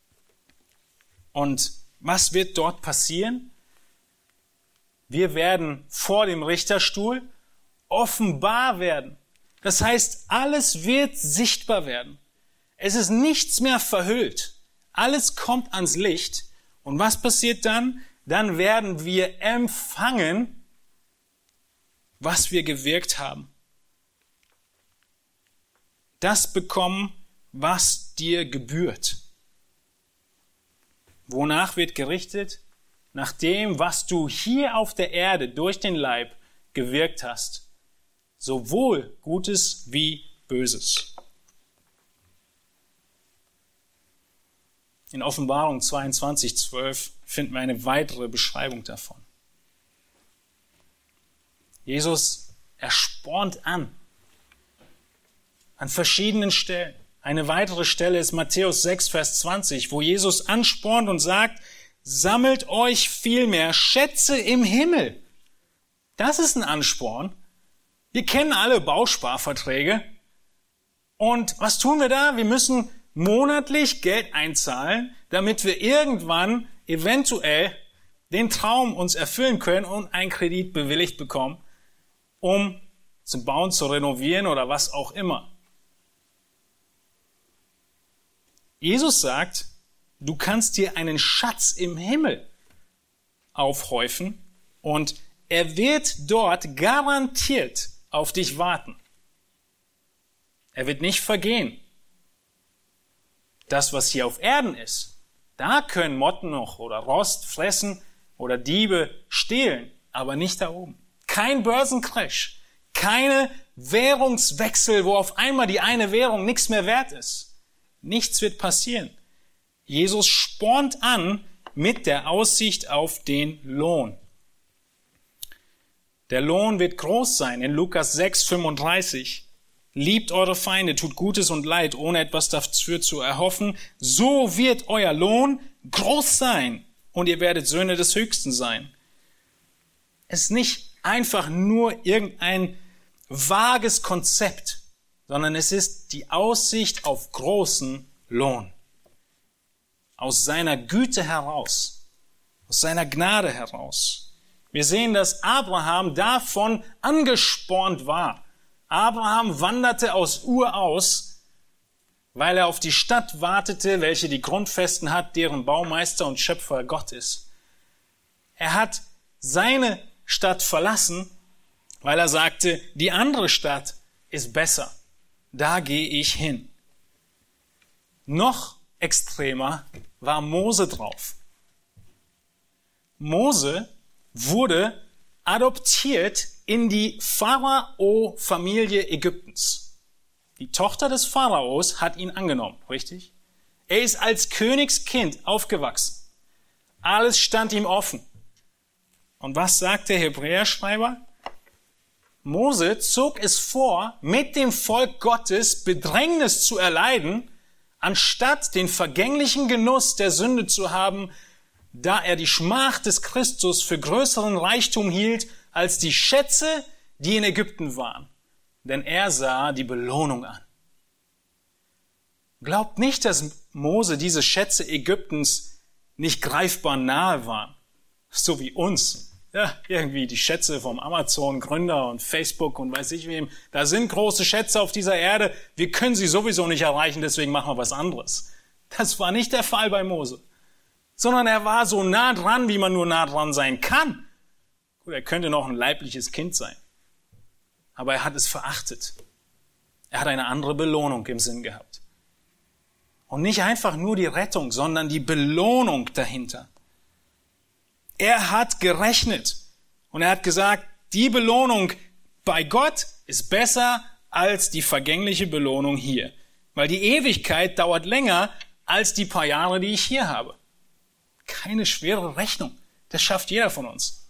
Und was wird dort passieren? Wir werden vor dem Richterstuhl offenbar werden. Das heißt, alles wird sichtbar werden. Es ist nichts mehr verhüllt. Alles kommt ans Licht. Und was passiert dann? Dann werden wir empfangen, was wir gewirkt haben. Das bekommen, was dir gebührt. Wonach wird gerichtet? Nach dem, was du hier auf der Erde durch den Leib gewirkt hast. Sowohl Gutes wie Böses. In Offenbarung zweiundzwanzig, zwölf finden wir eine weitere Beschreibung davon. Jesus, er spornt an. An verschiedenen Stellen. Eine weitere Stelle ist Matthäus sechs, Vers zwanzig, wo Jesus anspornt und sagt, sammelt euch vielmehr Schätze im Himmel. Das ist ein Ansporn. Wir kennen alle Bausparverträge. Und was tun wir da? Wir müssen monatlich Geld einzahlen, damit wir irgendwann eventuell den Traum uns erfüllen können und einen Kredit bewilligt bekommen, um zu bauen, zu renovieren oder was auch immer. Jesus sagt, du kannst dir einen Schatz im Himmel aufhäufen und er wird dort garantiert auf dich warten. Er wird nicht vergehen. Das, was hier auf Erden ist, da können Motten noch oder Rost fressen oder Diebe stehlen, aber nicht da oben. Kein Börsencrash, keine Währungswechsel, wo auf einmal die eine Währung nichts mehr wert ist. Nichts wird passieren. Jesus spornt an mit der Aussicht auf den Lohn. Der Lohn wird groß sein. In Lukas sechs, fünfunddreißig. Liebt eure Feinde, tut Gutes und Leid, ohne etwas dafür zu erhoffen. So wird euer Lohn groß sein und ihr werdet Söhne des Höchsten sein. Es ist nicht einfach nur irgendein vages Konzept, sondern es ist die Aussicht auf großen Lohn. Aus seiner Güte heraus, aus seiner Gnade heraus. Wir sehen, dass Abraham davon angespornt war. Abraham wanderte aus Ur aus, weil er auf die Stadt wartete, welche die Grundfesten hat, deren Baumeister und Schöpfer Gott ist. Er hat seine Stadt verlassen, weil er sagte, die andere Stadt ist besser. Da gehe ich hin. Noch extremer war Mose drauf. Mose wurde adoptiert in die Pharao-Familie Ägyptens. Die Tochter des Pharaos hat ihn angenommen, richtig? Er ist als Königskind aufgewachsen. Alles stand ihm offen. Und was sagt der Hebräerschreiber? Mose zog es vor, mit dem Volk Gottes Bedrängnis zu erleiden, anstatt den vergänglichen Genuss der Sünde zu haben, da er die Schmach des Christus für größeren Reichtum hielt als die Schätze, die in Ägypten waren. Denn er sah die Belohnung an. Glaubt nicht, dass Mose diese Schätze Ägyptens nicht greifbar nahe waren. So wie uns. Ja, irgendwie die Schätze vom Amazon-Gründer und Facebook und weiß ich wem. Da sind große Schätze auf dieser Erde. Wir können sie sowieso nicht erreichen, deswegen machen wir was anderes. Das war nicht der Fall bei Mose. Sondern er war so nah dran, wie man nur nah dran sein kann. Gut, er könnte noch ein leibliches Kind sein. Aber er hat es verachtet. Er hat eine andere Belohnung im Sinn gehabt. Und nicht einfach nur die Rettung, sondern die Belohnung dahinter. Er hat gerechnet und er hat gesagt, die Belohnung bei Gott ist besser als die vergängliche Belohnung hier. Weil die Ewigkeit dauert länger als die paar Jahre, die ich hier habe. Keine schwere Rechnung. Das schafft jeder von uns.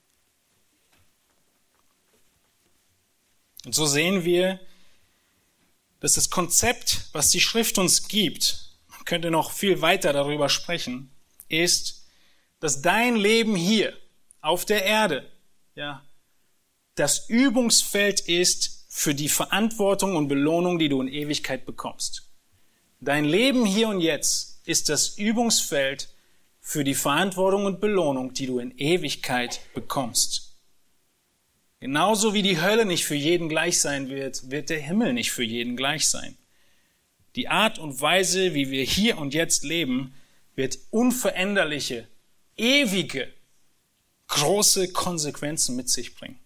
Und so sehen wir, dass das Konzept, was die Schrift uns gibt, man könnte noch viel weiter darüber sprechen, ist, dass dein Leben hier auf der Erde, ja, das Übungsfeld ist für die Verantwortung und Belohnung, die du in Ewigkeit bekommst. Dein Leben hier und jetzt ist das Übungsfeld für die Verantwortung und Belohnung, die du in Ewigkeit bekommst. Genauso wie die Hölle nicht für jeden gleich sein wird, wird der Himmel nicht für jeden gleich sein. Die Art und Weise, wie wir hier und jetzt leben, wird unveränderliche, ewige, große Konsequenzen mit sich bringen.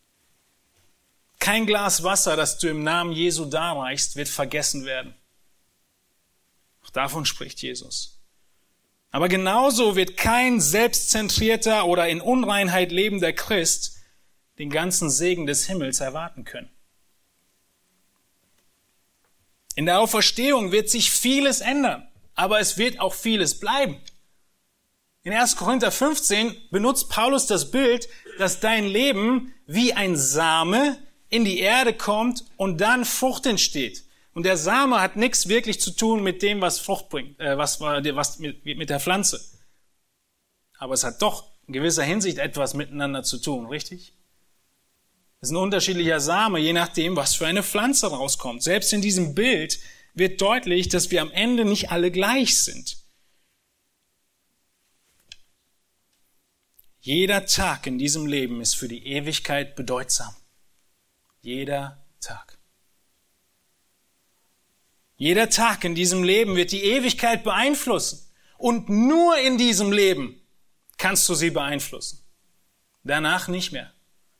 Kein Glas Wasser, das du im Namen Jesu darreichst, wird vergessen werden. Auch davon spricht Jesus. Aber genauso wird kein selbstzentrierter oder in Unreinheit lebender Christ den ganzen Segen des Himmels erwarten können. In der Auferstehung wird sich vieles ändern, aber es wird auch vieles bleiben. In erster Korinther fünfzehn benutzt Paulus das Bild, dass dein Leben wie ein Same in die Erde kommt und dann Frucht entsteht. Und der Same hat nichts wirklich zu tun mit dem, was Frucht bringt, äh, was, was mit, mit der Pflanze. Aber es hat doch in gewisser Hinsicht etwas miteinander zu tun, richtig? Es ist ein unterschiedlicher Same, je nachdem, was für eine Pflanze rauskommt. Selbst in diesem Bild wird deutlich, dass wir am Ende nicht alle gleich sind. Jeder Tag in diesem Leben ist für die Ewigkeit bedeutsam. Jeder Tag. Jeder Tag in diesem Leben wird die Ewigkeit beeinflussen. Und nur in diesem Leben kannst du sie beeinflussen. Danach nicht mehr.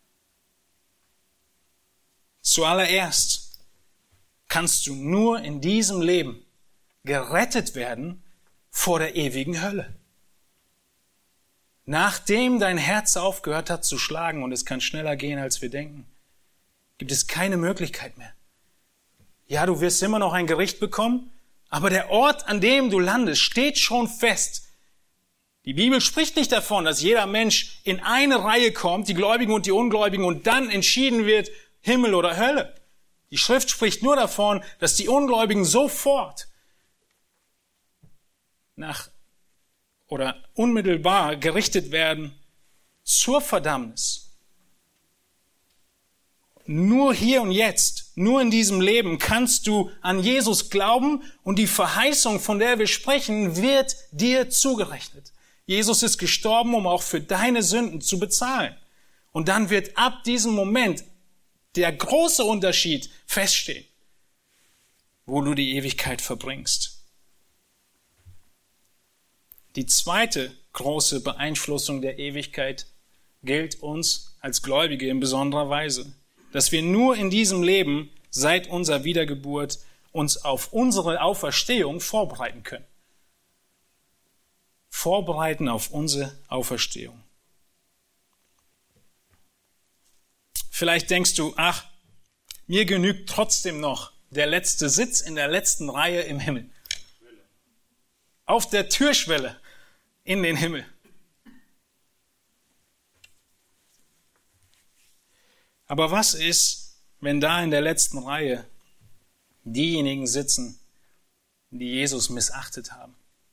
Zuallererst kannst du nur in diesem Leben gerettet werden vor der ewigen Hölle. Nachdem dein Herz aufgehört hat zu schlagen, und es kann schneller gehen, als wir denken, gibt es keine Möglichkeit mehr. Ja, du wirst immer noch ein Gericht bekommen, aber der Ort, an dem du landest, steht schon fest. Die Bibel spricht nicht davon, dass jeder Mensch in eine Reihe kommt, die Gläubigen und die Ungläubigen, und dann entschieden wird, Himmel oder Hölle. Die Schrift spricht nur davon, dass die Ungläubigen sofort nach oder unmittelbar gerichtet werden zur Verdammnis. Nur hier und jetzt, nur in diesem Leben kannst du an Jesus glauben und die Verheißung, von der wir sprechen, wird dir zugerechnet. Jesus ist gestorben, um auch für deine Sünden zu bezahlen. Und dann wird ab diesem Moment der große Unterschied feststehen, wo du die Ewigkeit verbringst. Die zweite große Beeinflussung der Ewigkeit gilt uns als Gläubige in besonderer Weise, dass wir nur in diesem Leben seit unserer Wiedergeburt uns auf unsere Auferstehung vorbereiten können. Vorbereiten auf unsere Auferstehung. Vielleicht denkst du, ach, mir genügt trotzdem noch der letzte Sitz in der letzten Reihe im Himmel. Auf der Türschwelle in den Himmel. Aber was ist, wenn da in der letzten Reihe diejenigen sitzen, die Jesus missachtet haben?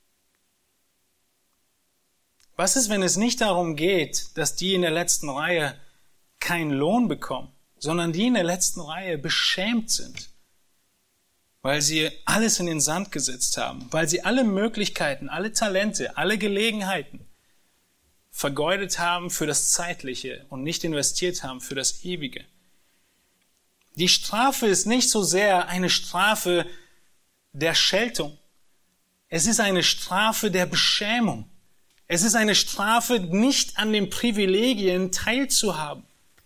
Was ist, wenn es nicht darum geht, dass die in der letzten Reihe keinen Lohn bekommen, sondern die in der letzten Reihe beschämt sind, weil sie alles in den Sand gesetzt haben, weil sie alle Möglichkeiten, alle Talente, alle Gelegenheiten vergeudet haben für das Zeitliche und nicht investiert haben für das Ewige. Die Strafe ist nicht so sehr eine Strafe der Scheltung. Es ist eine Strafe der Beschämung. Es ist eine Strafe, nicht an den Privilegien teilzuhaben.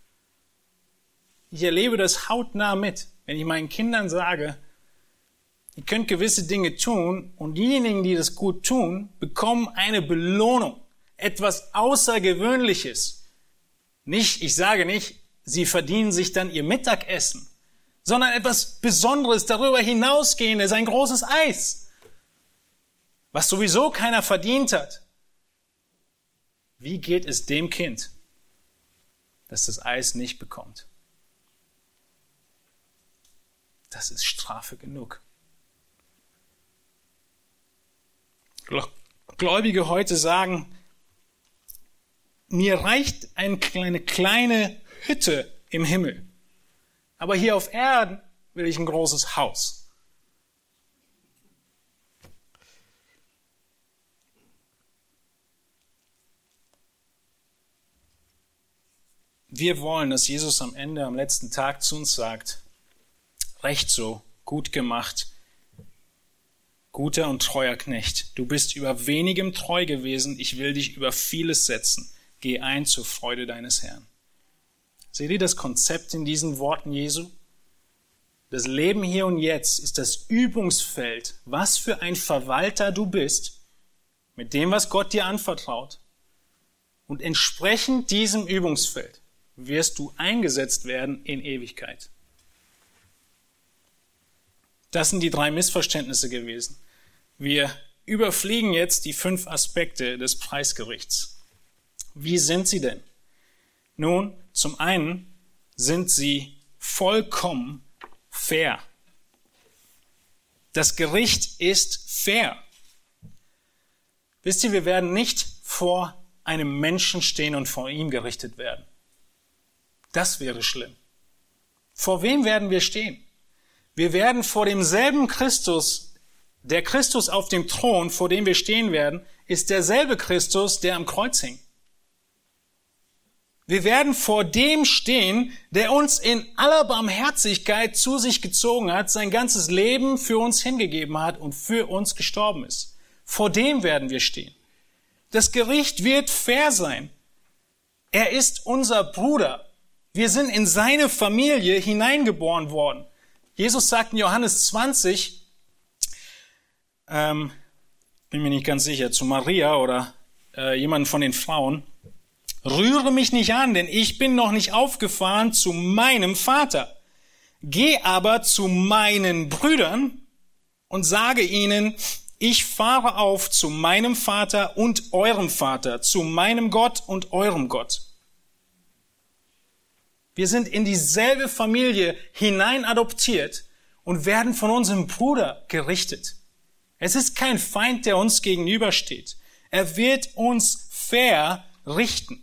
Ich erlebe das hautnah mit, wenn ich meinen Kindern sage, ihr könnt gewisse Dinge tun und diejenigen, die das gut tun, bekommen eine Belohnung, etwas Außergewöhnliches. Nicht, ich sage nicht, sie verdienen sich dann ihr Mittagessen, sondern etwas Besonderes, darüber hinausgehendes, ein großes Eis, was sowieso keiner verdient hat. Wie geht es dem Kind, das das Eis nicht bekommt? Das ist Strafe genug. Gläubige heute sagen, mir reicht eine kleine, kleine Hütte im Himmel, aber hier auf Erden will ich ein großes Haus. Wir wollen, dass Jesus am Ende, am letzten Tag zu uns sagt, recht so, gut gemacht, guter und treuer Knecht. Du bist über wenigem treu gewesen, ich will dich über vieles setzen. Geh ein zur Freude deines Herrn. Seht ihr das Konzept in diesen Worten Jesu? Das Leben hier und jetzt ist das Übungsfeld, was für ein Verwalter du bist, mit dem, was Gott dir anvertraut. Und entsprechend diesem Übungsfeld wirst du eingesetzt werden in Ewigkeit. Das sind die drei Missverständnisse gewesen. Wir überfliegen jetzt die fünf Aspekte des Preisgerichts. Wie sind sie denn? Nun, zum einen sind sie vollkommen fair. Das Gericht ist fair. Wisst ihr, wir werden nicht vor einem Menschen stehen und vor ihm gerichtet werden. Das wäre schlimm. Vor wem werden wir stehen? Wir werden vor demselben Christus, der Christus auf dem Thron, vor dem wir stehen werden, ist derselbe Christus, der am Kreuz hing. Wir werden vor dem stehen, der uns in aller Barmherzigkeit zu sich gezogen hat, sein ganzes Leben für uns hingegeben hat und für uns gestorben ist. Vor dem werden wir stehen. Das Gericht wird fair sein. Er ist unser Bruder. Wir sind in seine Familie hineingeboren worden. Jesus sagt in Johannes zwanzig, ähm, bin mir nicht ganz sicher, zu Maria oder äh, jemanden von den Frauen, rühre mich nicht an, denn ich bin noch nicht aufgefahren zu meinem Vater. Geh aber zu meinen Brüdern und sage ihnen, ich fahre auf zu meinem Vater und eurem Vater, zu meinem Gott und eurem Gott. Wir sind in dieselbe Familie hinein adoptiert und werden von unserem Bruder gerichtet. Es ist kein Feind, der uns gegenübersteht. Er wird uns fair richten.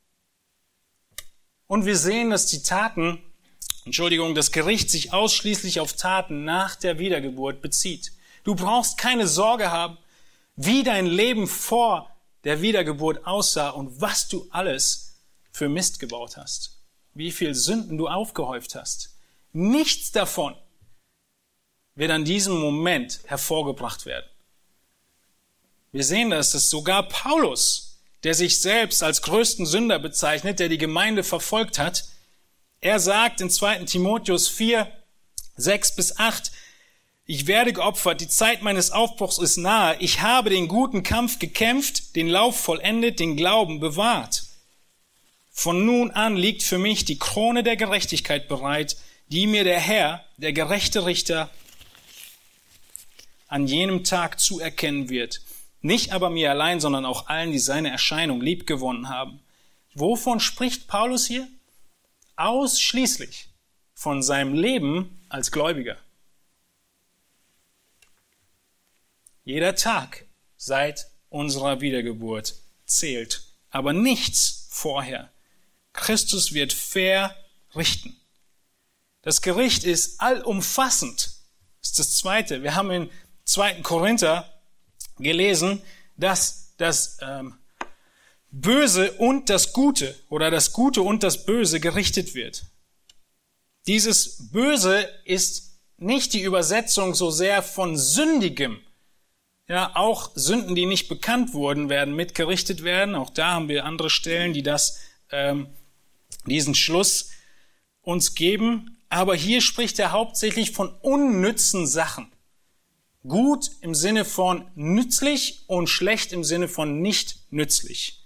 Und wir sehen, dass die Taten, Entschuldigung, das Gericht sich ausschließlich auf Taten nach der Wiedergeburt bezieht. Du brauchst keine Sorge haben, wie dein Leben vor der Wiedergeburt aussah und was du alles für Mist gebaut hast. wie viel Sünden du aufgehäuft hast. Nichts davon wird an diesem Moment hervorgebracht werden. Wir sehen das, dass sogar Paulus, der sich selbst als größten Sünder bezeichnet, der die Gemeinde verfolgt hat, er sagt in zweiten Timotheus vier, sechs bis acht, ich werde geopfert, die Zeit meines Aufbruchs ist nahe, ich habe den guten Kampf gekämpft, den Lauf vollendet, den Glauben bewahrt. Von nun an liegt für mich die Krone der Gerechtigkeit bereit, die mir der Herr, der gerechte Richter, an jenem Tag zuerkennen wird. Nicht aber mir allein, sondern auch allen, die seine Erscheinung liebgewonnen haben. Wovon spricht Paulus hier? Ausschließlich von seinem Leben als Gläubiger. Jeder Tag seit unserer Wiedergeburt zählt, aber nichts vorher. Christus wird fair richten. Das Gericht ist allumfassend. Das ist das Zweite. Wir haben in zweiten Korinther gelesen, dass das ähm, Böse und das Gute oder das Gute und das Böse gerichtet wird. Dieses Böse ist nicht die Übersetzung so sehr von Sündigem. Ja, auch Sünden, die nicht bekannt wurden, werden mitgerichtet werden. Auch da haben wir andere Stellen, die das, ähm, diesen Schluss uns geben. Aber hier spricht er hauptsächlich von unnützen Sachen. Gut im Sinne von nützlich und schlecht im Sinne von nicht nützlich.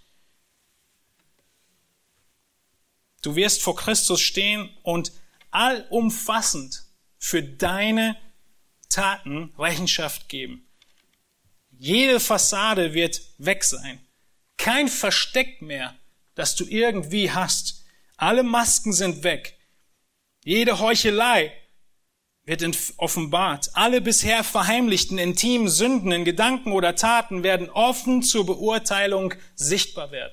Du wirst vor Christus stehen und allumfassend für deine Taten Rechenschaft geben. Jede Fassade wird weg sein. Kein Versteck mehr, das du irgendwie hast. Alle Masken sind weg. Jede Heuchelei wird offenbart. Alle bisher verheimlichten intimen Sünden in Gedanken oder Taten werden offen zur Beurteilung sichtbar werden.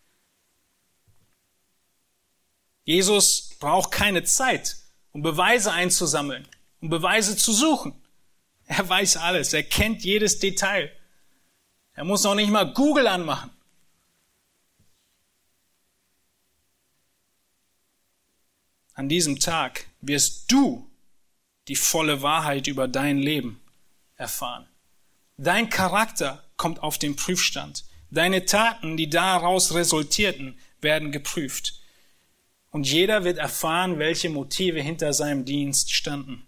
Jesus braucht keine Zeit, um Beweise einzusammeln, um Beweise zu suchen. Er weiß alles, er kennt jedes Detail. Er muss noch nicht mal Google anmachen. An diesem Tag wirst du die volle Wahrheit über dein Leben erfahren. Dein Charakter kommt auf den Prüfstand. Deine Taten, die daraus resultierten, werden geprüft. Und jeder wird erfahren, welche Motive hinter seinem Dienst standen.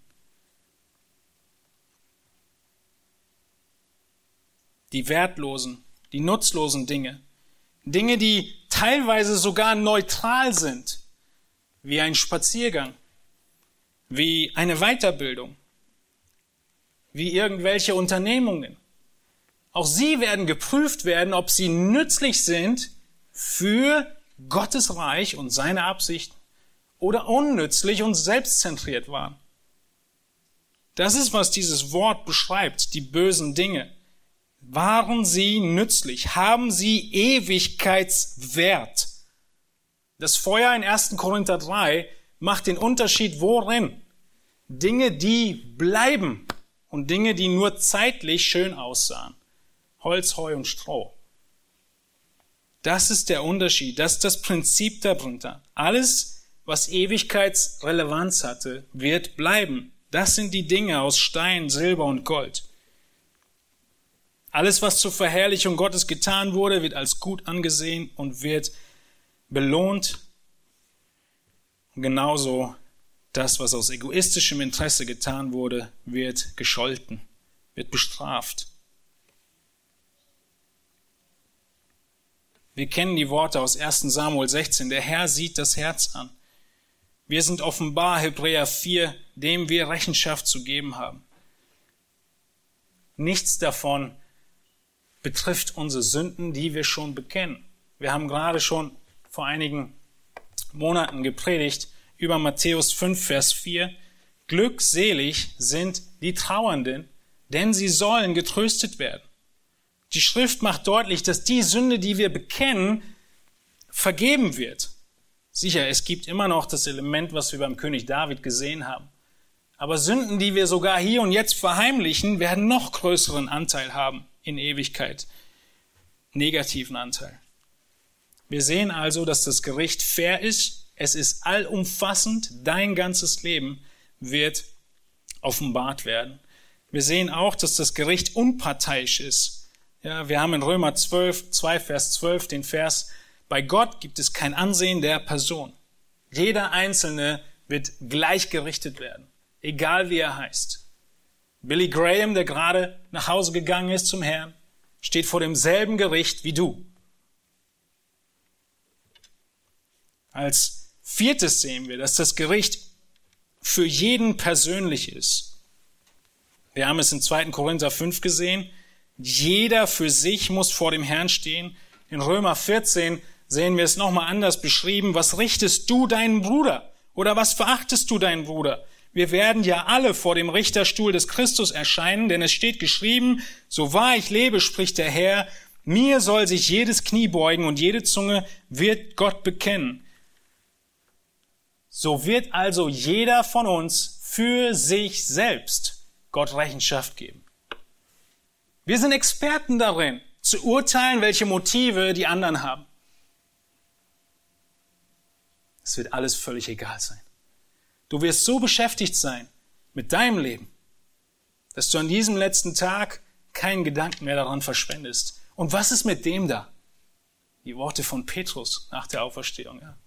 Die wertlosen, die nutzlosen Dinge, Dinge, die teilweise sogar neutral sind, wie ein Spaziergang, wie eine Weiterbildung, wie irgendwelche Unternehmungen. Auch sie werden geprüft werden, ob sie nützlich sind für Gottes Reich und seine Absichten oder unnützlich und selbstzentriert waren. Das ist, was dieses Wort beschreibt, die bösen Dinge. Waren sie nützlich? Haben sie Ewigkeitswert? Das Feuer in ersten Korinther drei macht den Unterschied worin? Dinge, die bleiben und Dinge, die nur zeitlich schön aussahen. Holz, Heu und Stroh. Das ist der Unterschied, das ist das Prinzip darunter. Alles, was Ewigkeitsrelevanz hatte, wird bleiben. Das sind die Dinge aus Stein, Silber und Gold. Alles, was zur Verherrlichung Gottes getan wurde, wird als gut angesehen und wird belohnt. Und genauso das, was aus egoistischem Interesse getan wurde, wird gescholten, wird bestraft. Wir kennen die Worte aus ersten Samuel sechzehn. Der Herr sieht das Herz an. Wir sind offenbar, Hebräer vier, dem wir Rechenschaft zu geben haben. Nichts davon betrifft unsere Sünden, die wir schon bekennen. Wir haben gerade schon vor einigen Monaten gepredigt über Matthäus fünf, Vers vier. Glückselig sind die Trauernden, denn sie sollen getröstet werden. Die Schrift macht deutlich, dass die Sünde, die wir bekennen, vergeben wird. Sicher, es gibt immer noch das Element, was wir beim König David gesehen haben. Aber Sünden, die wir sogar hier und jetzt verheimlichen, werden noch größeren Anteil haben in Ewigkeit. Negativen Anteil. Wir sehen also, dass das Gericht fair ist Es ist allumfassend. Dein ganzes Leben wird offenbart werden. Wir sehen auch, dass das Gericht unparteiisch ist. Ja, wir haben in Römer zwölf, zwei Vers zwölf den Vers: Bei Gott gibt es kein Ansehen der Person. Jeder Einzelne wird gleich gerichtet werden, egal wie er heißt. Billy Graham, der gerade nach Hause gegangen ist zum Herrn, steht vor demselben Gericht wie du. Als viertes sehen wir, dass das Gericht für jeden persönlich ist. Wir haben es in zweiten Korinther fünf gesehen. Jeder für sich muss vor dem Herrn stehen. In Römer vierzehn sehen wir es nochmal anders beschrieben. Was richtest du deinen Bruder? Oder was verachtest du deinen Bruder? Wir werden ja alle vor dem Richterstuhl des Christus erscheinen, denn es steht geschrieben: So wahr ich lebe, spricht der Herr, mir soll sich jedes Knie beugen und jede Zunge wird Gott bekennen. So wird also jeder von uns für sich selbst Gott Rechenschaft geben. Wir sind Experten darin, zu urteilen, welche Motive die anderen haben. Es wird alles völlig egal sein. Du wirst so beschäftigt sein mit deinem Leben, dass du an diesem letzten Tag keinen Gedanken mehr daran verschwendest. Und was ist mit dem da? Die Worte von Petrus nach der Auferstehung. Ja.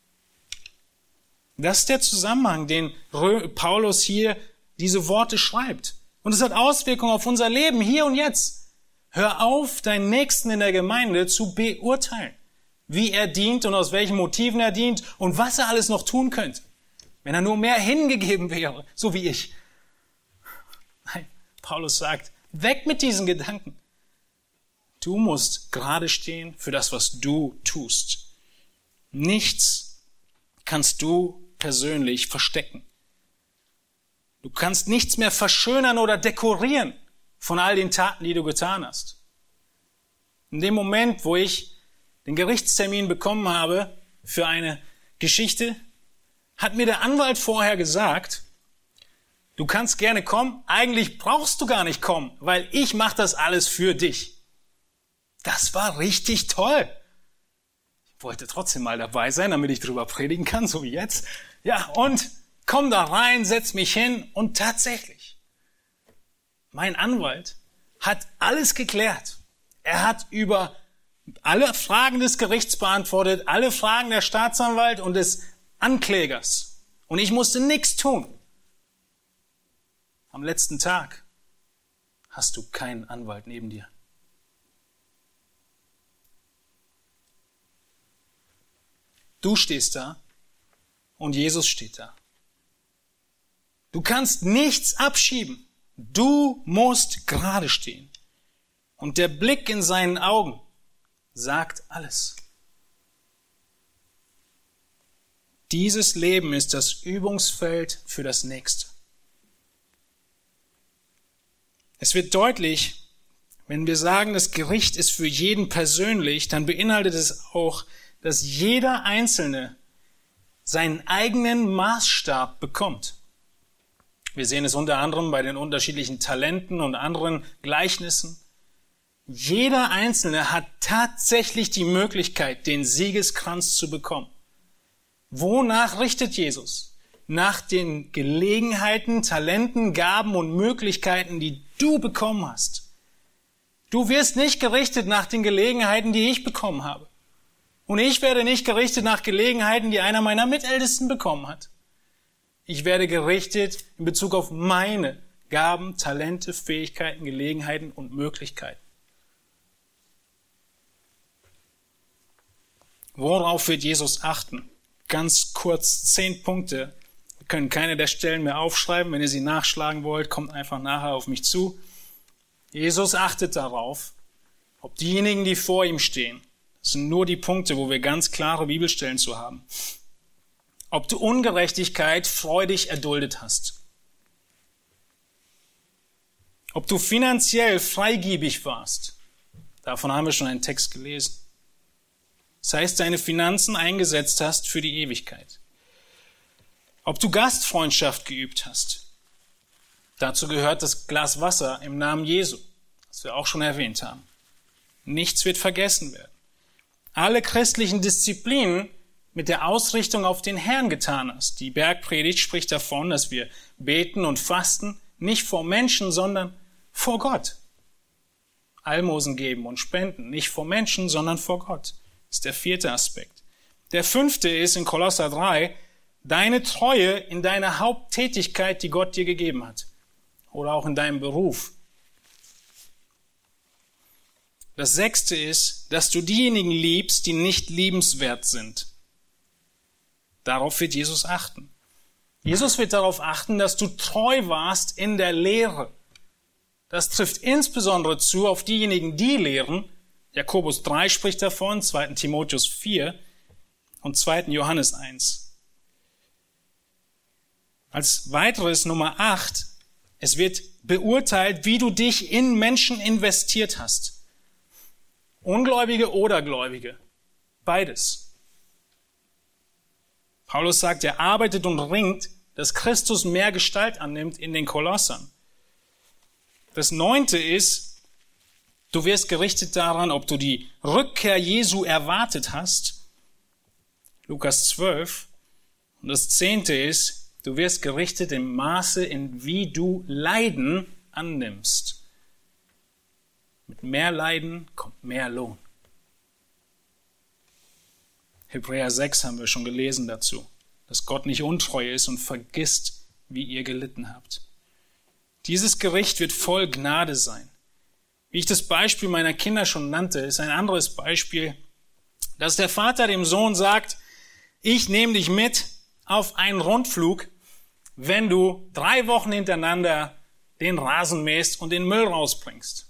Das ist der Zusammenhang, den Paulus hier diese Worte schreibt. Und es hat Auswirkungen auf unser Leben hier und jetzt. Hör auf, deinen Nächsten in der Gemeinde zu beurteilen, wie er dient und aus welchen Motiven er dient und was er alles noch tun könnte, wenn er nur mehr hingegeben wäre, so wie ich. Nein, Paulus sagt, weg mit diesen Gedanken. Du musst gerade stehen für das, was du tust. Nichts kannst du persönlich verstecken. Du kannst nichts mehr verschönern oder dekorieren von all den Taten, die du getan hast. In dem Moment, wo ich den Gerichtstermin bekommen habe für eine Geschichte, hat mir der Anwalt vorher gesagt, du kannst gerne kommen, eigentlich brauchst du gar nicht kommen, weil ich mache das alles für dich. Das war richtig toll. Ich wollte trotzdem mal dabei sein, damit ich drüber predigen kann, so wie jetzt. Ja, und komm da rein, setz mich hin und tatsächlich, mein Anwalt hat alles geklärt. Er hat über alle Fragen des Gerichts beantwortet, alle Fragen der Staatsanwalt und des Anklägers. Und ich musste nichts tun. Am letzten Tag hast du keinen Anwalt neben dir. Du stehst da und Jesus steht da. Du kannst nichts abschieben. Du musst gerade stehen. Und der Blick in seinen Augen sagt alles. Dieses Leben ist das Übungsfeld für das Nächste. Es wird deutlich, wenn wir sagen, das Gericht ist für jeden persönlich, dann beinhaltet es auch, dass jeder Einzelne seinen eigenen Maßstab bekommt. Wir sehen es unter anderem bei den unterschiedlichen Talenten und anderen Gleichnissen. Jeder Einzelne hat tatsächlich die Möglichkeit, den Siegeskranz zu bekommen. Wonach richtet Jesus? Nach den Gelegenheiten, Talenten, Gaben und Möglichkeiten, die du bekommen hast. Du wirst nicht gerichtet nach den Gelegenheiten, die ich bekommen habe. Und ich werde nicht gerichtet nach Gelegenheiten, die einer meiner Mitältesten bekommen hat. Ich werde gerichtet in Bezug auf meine Gaben, Talente, Fähigkeiten, Gelegenheiten und Möglichkeiten. Worauf wird Jesus achten? Ganz kurz zehn Punkte. Wir können keine der Stellen mehr aufschreiben. Wenn ihr sie nachschlagen wollt, kommt einfach nachher auf mich zu. Jesus achtet darauf, ob diejenigen, die vor ihm stehen, das sind nur die Punkte, wo wir ganz klare Bibelstellen zu haben, ob du Ungerechtigkeit freudig erduldet hast, ob du finanziell freigebig warst. Davon haben wir schon einen Text gelesen. Das heißt, deine Finanzen eingesetzt hast für die Ewigkeit. Ob du Gastfreundschaft geübt hast. Dazu gehört das Glas Wasser im Namen Jesu, das wir auch schon erwähnt haben. Nichts wird vergessen werden. Alle christlichen Disziplinen mit der Ausrichtung auf den Herrn getan hast. Die Bergpredigt spricht davon, dass wir beten und fasten, nicht vor Menschen, sondern vor Gott. Almosen geben und spenden, nicht vor Menschen, sondern vor Gott. Das ist der vierte Aspekt. Der fünfte ist in Kolosser drei, deine Treue in deiner Haupttätigkeit, die Gott dir gegeben hat. Oder auch in deinem Beruf. Das sechste ist, dass du diejenigen liebst, die nicht liebenswert sind. Darauf wird Jesus achten. Jesus wird darauf achten, dass du treu warst in der Lehre. Das trifft insbesondere zu auf diejenigen, die lehren. Jakobus drei spricht davon, zweiter Timotheus vier und zweiter Johannes eins. Als weiteres Nummer acht, es wird beurteilt, wie du dich in Menschen investiert hast. Ungläubige oder Gläubige, beides. Paulus sagt, er arbeitet und ringt, dass Christus mehr Gestalt annimmt in den Kolossern. Das neunte ist, du wirst gerichtet daran, ob du die Rückkehr Jesu erwartet hast. Lukas zwölf. Und das zehnte ist, du wirst gerichtet im Maße, in wie du Leiden annimmst. Mit mehr Leiden kommt mehr Lohn. Hebräer sechs haben wir schon gelesen dazu, dass Gott nicht untreu ist und vergisst, wie ihr gelitten habt. Dieses Gericht wird voll Gnade sein. Wie ich das Beispiel meiner Kinder schon nannte, ist ein anderes Beispiel, dass der Vater dem Sohn sagt, ich nehme dich mit auf einen Rundflug, wenn du drei Wochen hintereinander den Rasen mähst und den Müll rausbringst.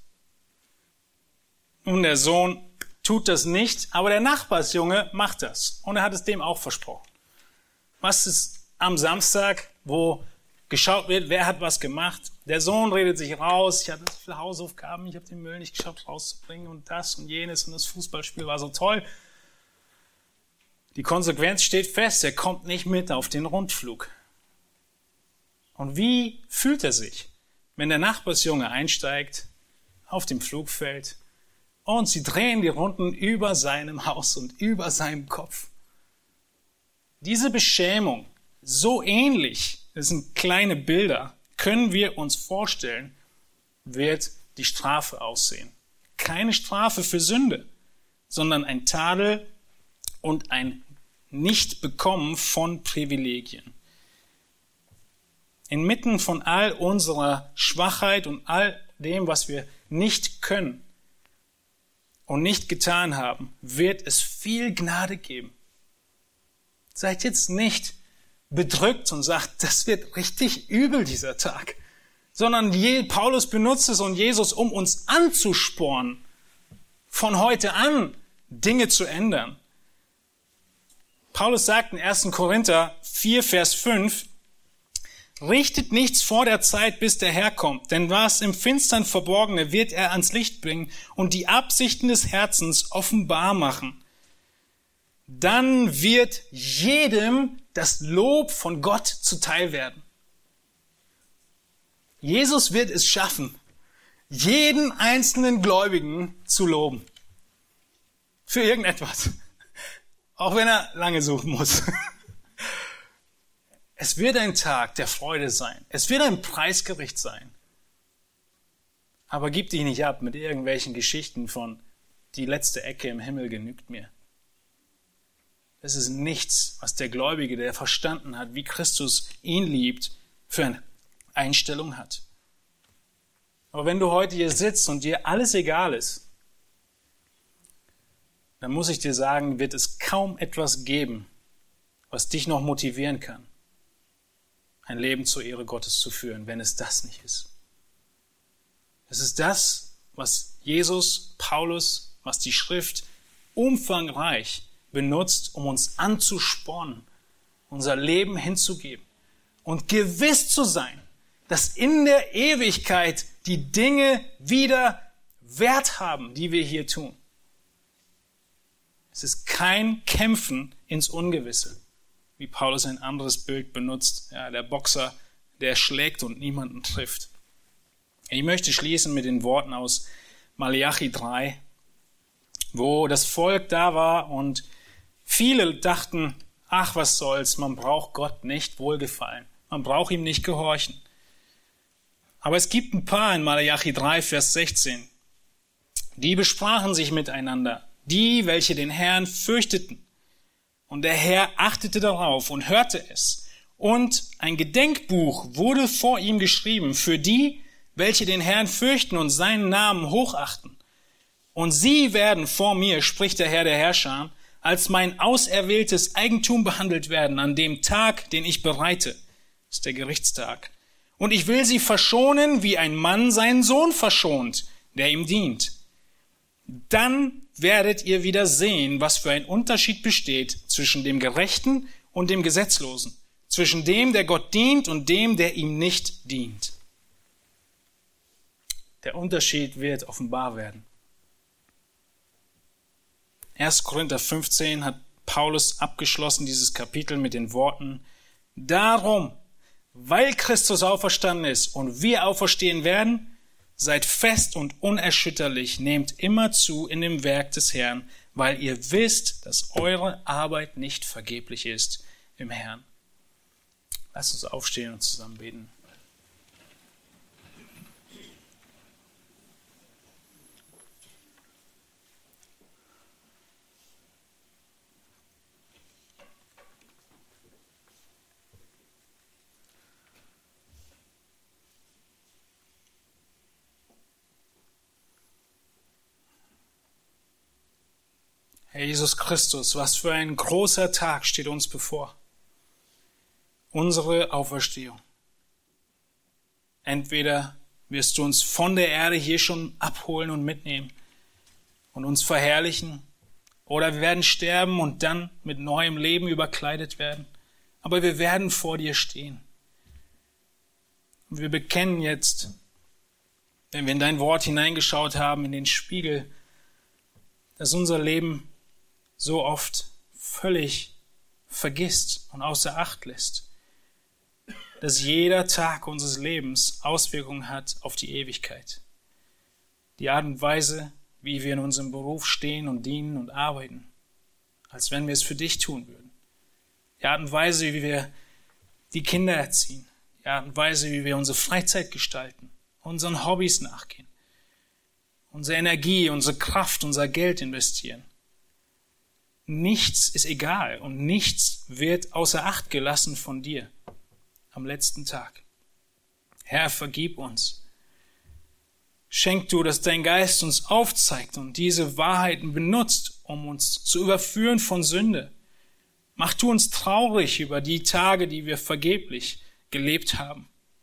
Und der Sohn tut das nicht, aber der Nachbarsjunge macht das. Und er hat es dem auch versprochen. Was ist am Samstag, wo geschaut wird, wer hat was gemacht? Der Sohn redet sich raus, ich hatte so viele Hausaufgaben, ich habe den Müll nicht geschafft rauszubringen und das und jenes und das Fußballspiel war so toll. Die Konsequenz steht fest, er kommt nicht mit auf den Rundflug. Und wie fühlt er sich, wenn der Nachbarsjunge einsteigt auf dem Flugfeld und sie drehen die Runden über seinem Haus und über seinem Kopf? Diese Beschämung, so ähnlich, das sind kleine Bilder, können wir uns vorstellen, wird die Strafe aussehen. Keine Strafe für Sünde, sondern ein Tadel und ein Nichtbekommen von Privilegien. Inmitten von all unserer Schwachheit und all dem, was wir nicht können und nicht getan haben, wird es viel Gnade geben. Seid jetzt nicht bedrückt und sagt, das wird richtig übel, dieser Tag. Sondern Paulus benutzt es und Jesus, um uns anzuspornen, von heute an Dinge zu ändern. Paulus sagt in erster Korinther vier, Vers fünf, richtet nichts vor der Zeit, bis der Herr kommt, denn was im Finstern Verborgene wird er ans Licht bringen und die Absichten des Herzens offenbar machen. Dann wird jedem das Lob von Gott zuteil werden. Jesus wird es schaffen, jeden einzelnen Gläubigen zu loben. Für irgendetwas. Auch wenn er lange suchen muss. Es wird ein Tag der Freude sein. Es wird ein Preisgericht sein. Aber gib dich nicht ab mit irgendwelchen Geschichten von die letzte Ecke im Himmel genügt mir. Es ist nichts, was der Gläubige, der verstanden hat, wie Christus ihn liebt, für eine Einstellung hat. Aber wenn du heute hier sitzt und dir alles egal ist, dann muss ich dir sagen, wird es kaum etwas geben, was dich noch motivieren kann, ein Leben zur Ehre Gottes zu führen, wenn es das nicht ist. Es ist das, was Jesus, Paulus, was die Schrift umfangreich benutzt, um uns anzuspornen, unser Leben hinzugeben und gewiss zu sein, dass in der Ewigkeit die Dinge wieder Wert haben, die wir hier tun. Es ist kein Kämpfen ins Ungewisse, wie Paulus ein anderes Bild benutzt. Ja, der Boxer, der schlägt und niemanden trifft. Ich möchte schließen mit den Worten aus Malachi drei, wo das Volk da war und Viele dachten, ach, was soll's, man braucht Gott nicht wohlgefallen. Man braucht ihm nicht gehorchen. Aber es gibt ein paar in Malachi drei, Vers sechzehn. Die besprachen sich miteinander, die, welche den Herrn fürchteten. Und der Herr achtete darauf und hörte es. Und ein Gedenkbuch wurde vor ihm geschrieben für die, welche den Herrn fürchten und seinen Namen hochachten. Und sie werden vor mir, spricht der Herr der Herrscher, als mein auserwähltes Eigentum behandelt werden an dem Tag, den ich bereite. Das ist der Gerichtstag. Und ich will sie verschonen, wie ein Mann seinen Sohn verschont, der ihm dient. Dann werdet ihr wieder sehen, was für ein Unterschied besteht zwischen dem Gerechten und dem Gesetzlosen, zwischen dem, der Gott dient und dem, der ihm nicht dient. Der Unterschied wird offenbar werden. erster Korinther fünfzehn hat Paulus abgeschlossen, dieses Kapitel, mit den Worten: Darum, weil Christus auferstanden ist und wir auferstehen werden, seid fest und unerschütterlich, nehmt immer zu in dem Werk des Herrn, weil ihr wisst, dass eure Arbeit nicht vergeblich ist im Herrn. Lasst uns aufstehen und zusammen beten. Herr Jesus Christus, was für ein großer Tag steht uns bevor. Unsere Auferstehung. Entweder wirst du uns von der Erde hier schon abholen und mitnehmen und uns verherrlichen, oder wir werden sterben und dann mit neuem Leben überkleidet werden. Aber wir werden vor dir stehen. Und wir bekennen jetzt, wenn wir in dein Wort hineingeschaut haben, in den Spiegel, dass unser Leben so oft völlig vergisst und außer Acht lässt, dass jeder Tag unseres Lebens Auswirkungen hat auf die Ewigkeit. Die Art und Weise, wie wir in unserem Beruf stehen und dienen und arbeiten, als wenn wir es für dich tun würden. Die Art und Weise, wie wir die Kinder erziehen. Die Art und Weise, wie wir unsere Freizeit gestalten, unseren Hobbys nachgehen, unsere Energie, unsere Kraft, unser Geld investieren. Nichts ist egal und nichts wird außer Acht gelassen von dir am letzten Tag. Herr, vergib uns. Schenk du, dass dein Geist uns aufzeigt und diese Wahrheiten benutzt, um uns zu überführen von Sünde. Mach du uns traurig über die Tage, die wir vergeblich gelebt haben.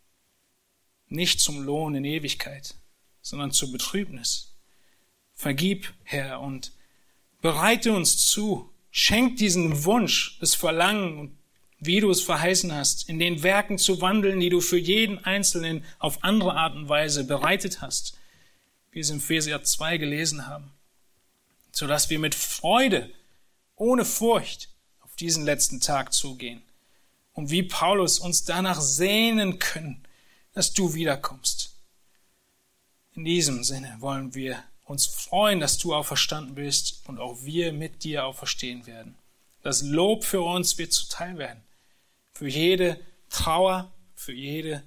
Nicht zum Lohn in Ewigkeit, sondern zur Betrübnis. Vergib, Herr, und bereite uns zu. Schenk diesen Wunsch, das Verlangen, und wie du es verheißen hast, in den Werken zu wandeln, die du für jeden Einzelnen auf andere Art und Weise bereitet hast, wie wir es in Epheser zwei gelesen haben, sodass wir mit Freude, ohne Furcht auf diesen letzten Tag zugehen und wie Paulus uns danach sehnen können, dass du wiederkommst. In diesem Sinne wollen wir uns freuen, dass du auferstanden bist und auch wir mit dir auferstehen werden. Das Lob für uns wird zuteil werden. Für jede Trauer, für jede,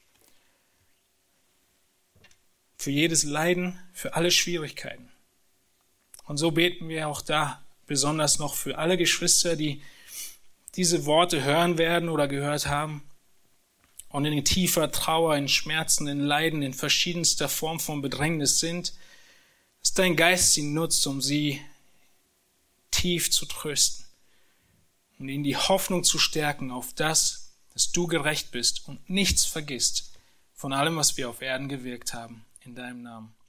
für jedes Leiden, für alle Schwierigkeiten. Und so beten wir auch da besonders noch für alle Geschwister, die diese Worte hören werden oder gehört haben und in tiefer Trauer, in Schmerzen, in Leiden, in verschiedenster Form von Bedrängnis sind, dass dein Geist sie nutzt, um sie tief zu trösten und ihnen die Hoffnung zu stärken auf das, dass du gerecht bist und nichts vergisst von allem, was wir auf Erden gewirkt haben, in deinem Namen.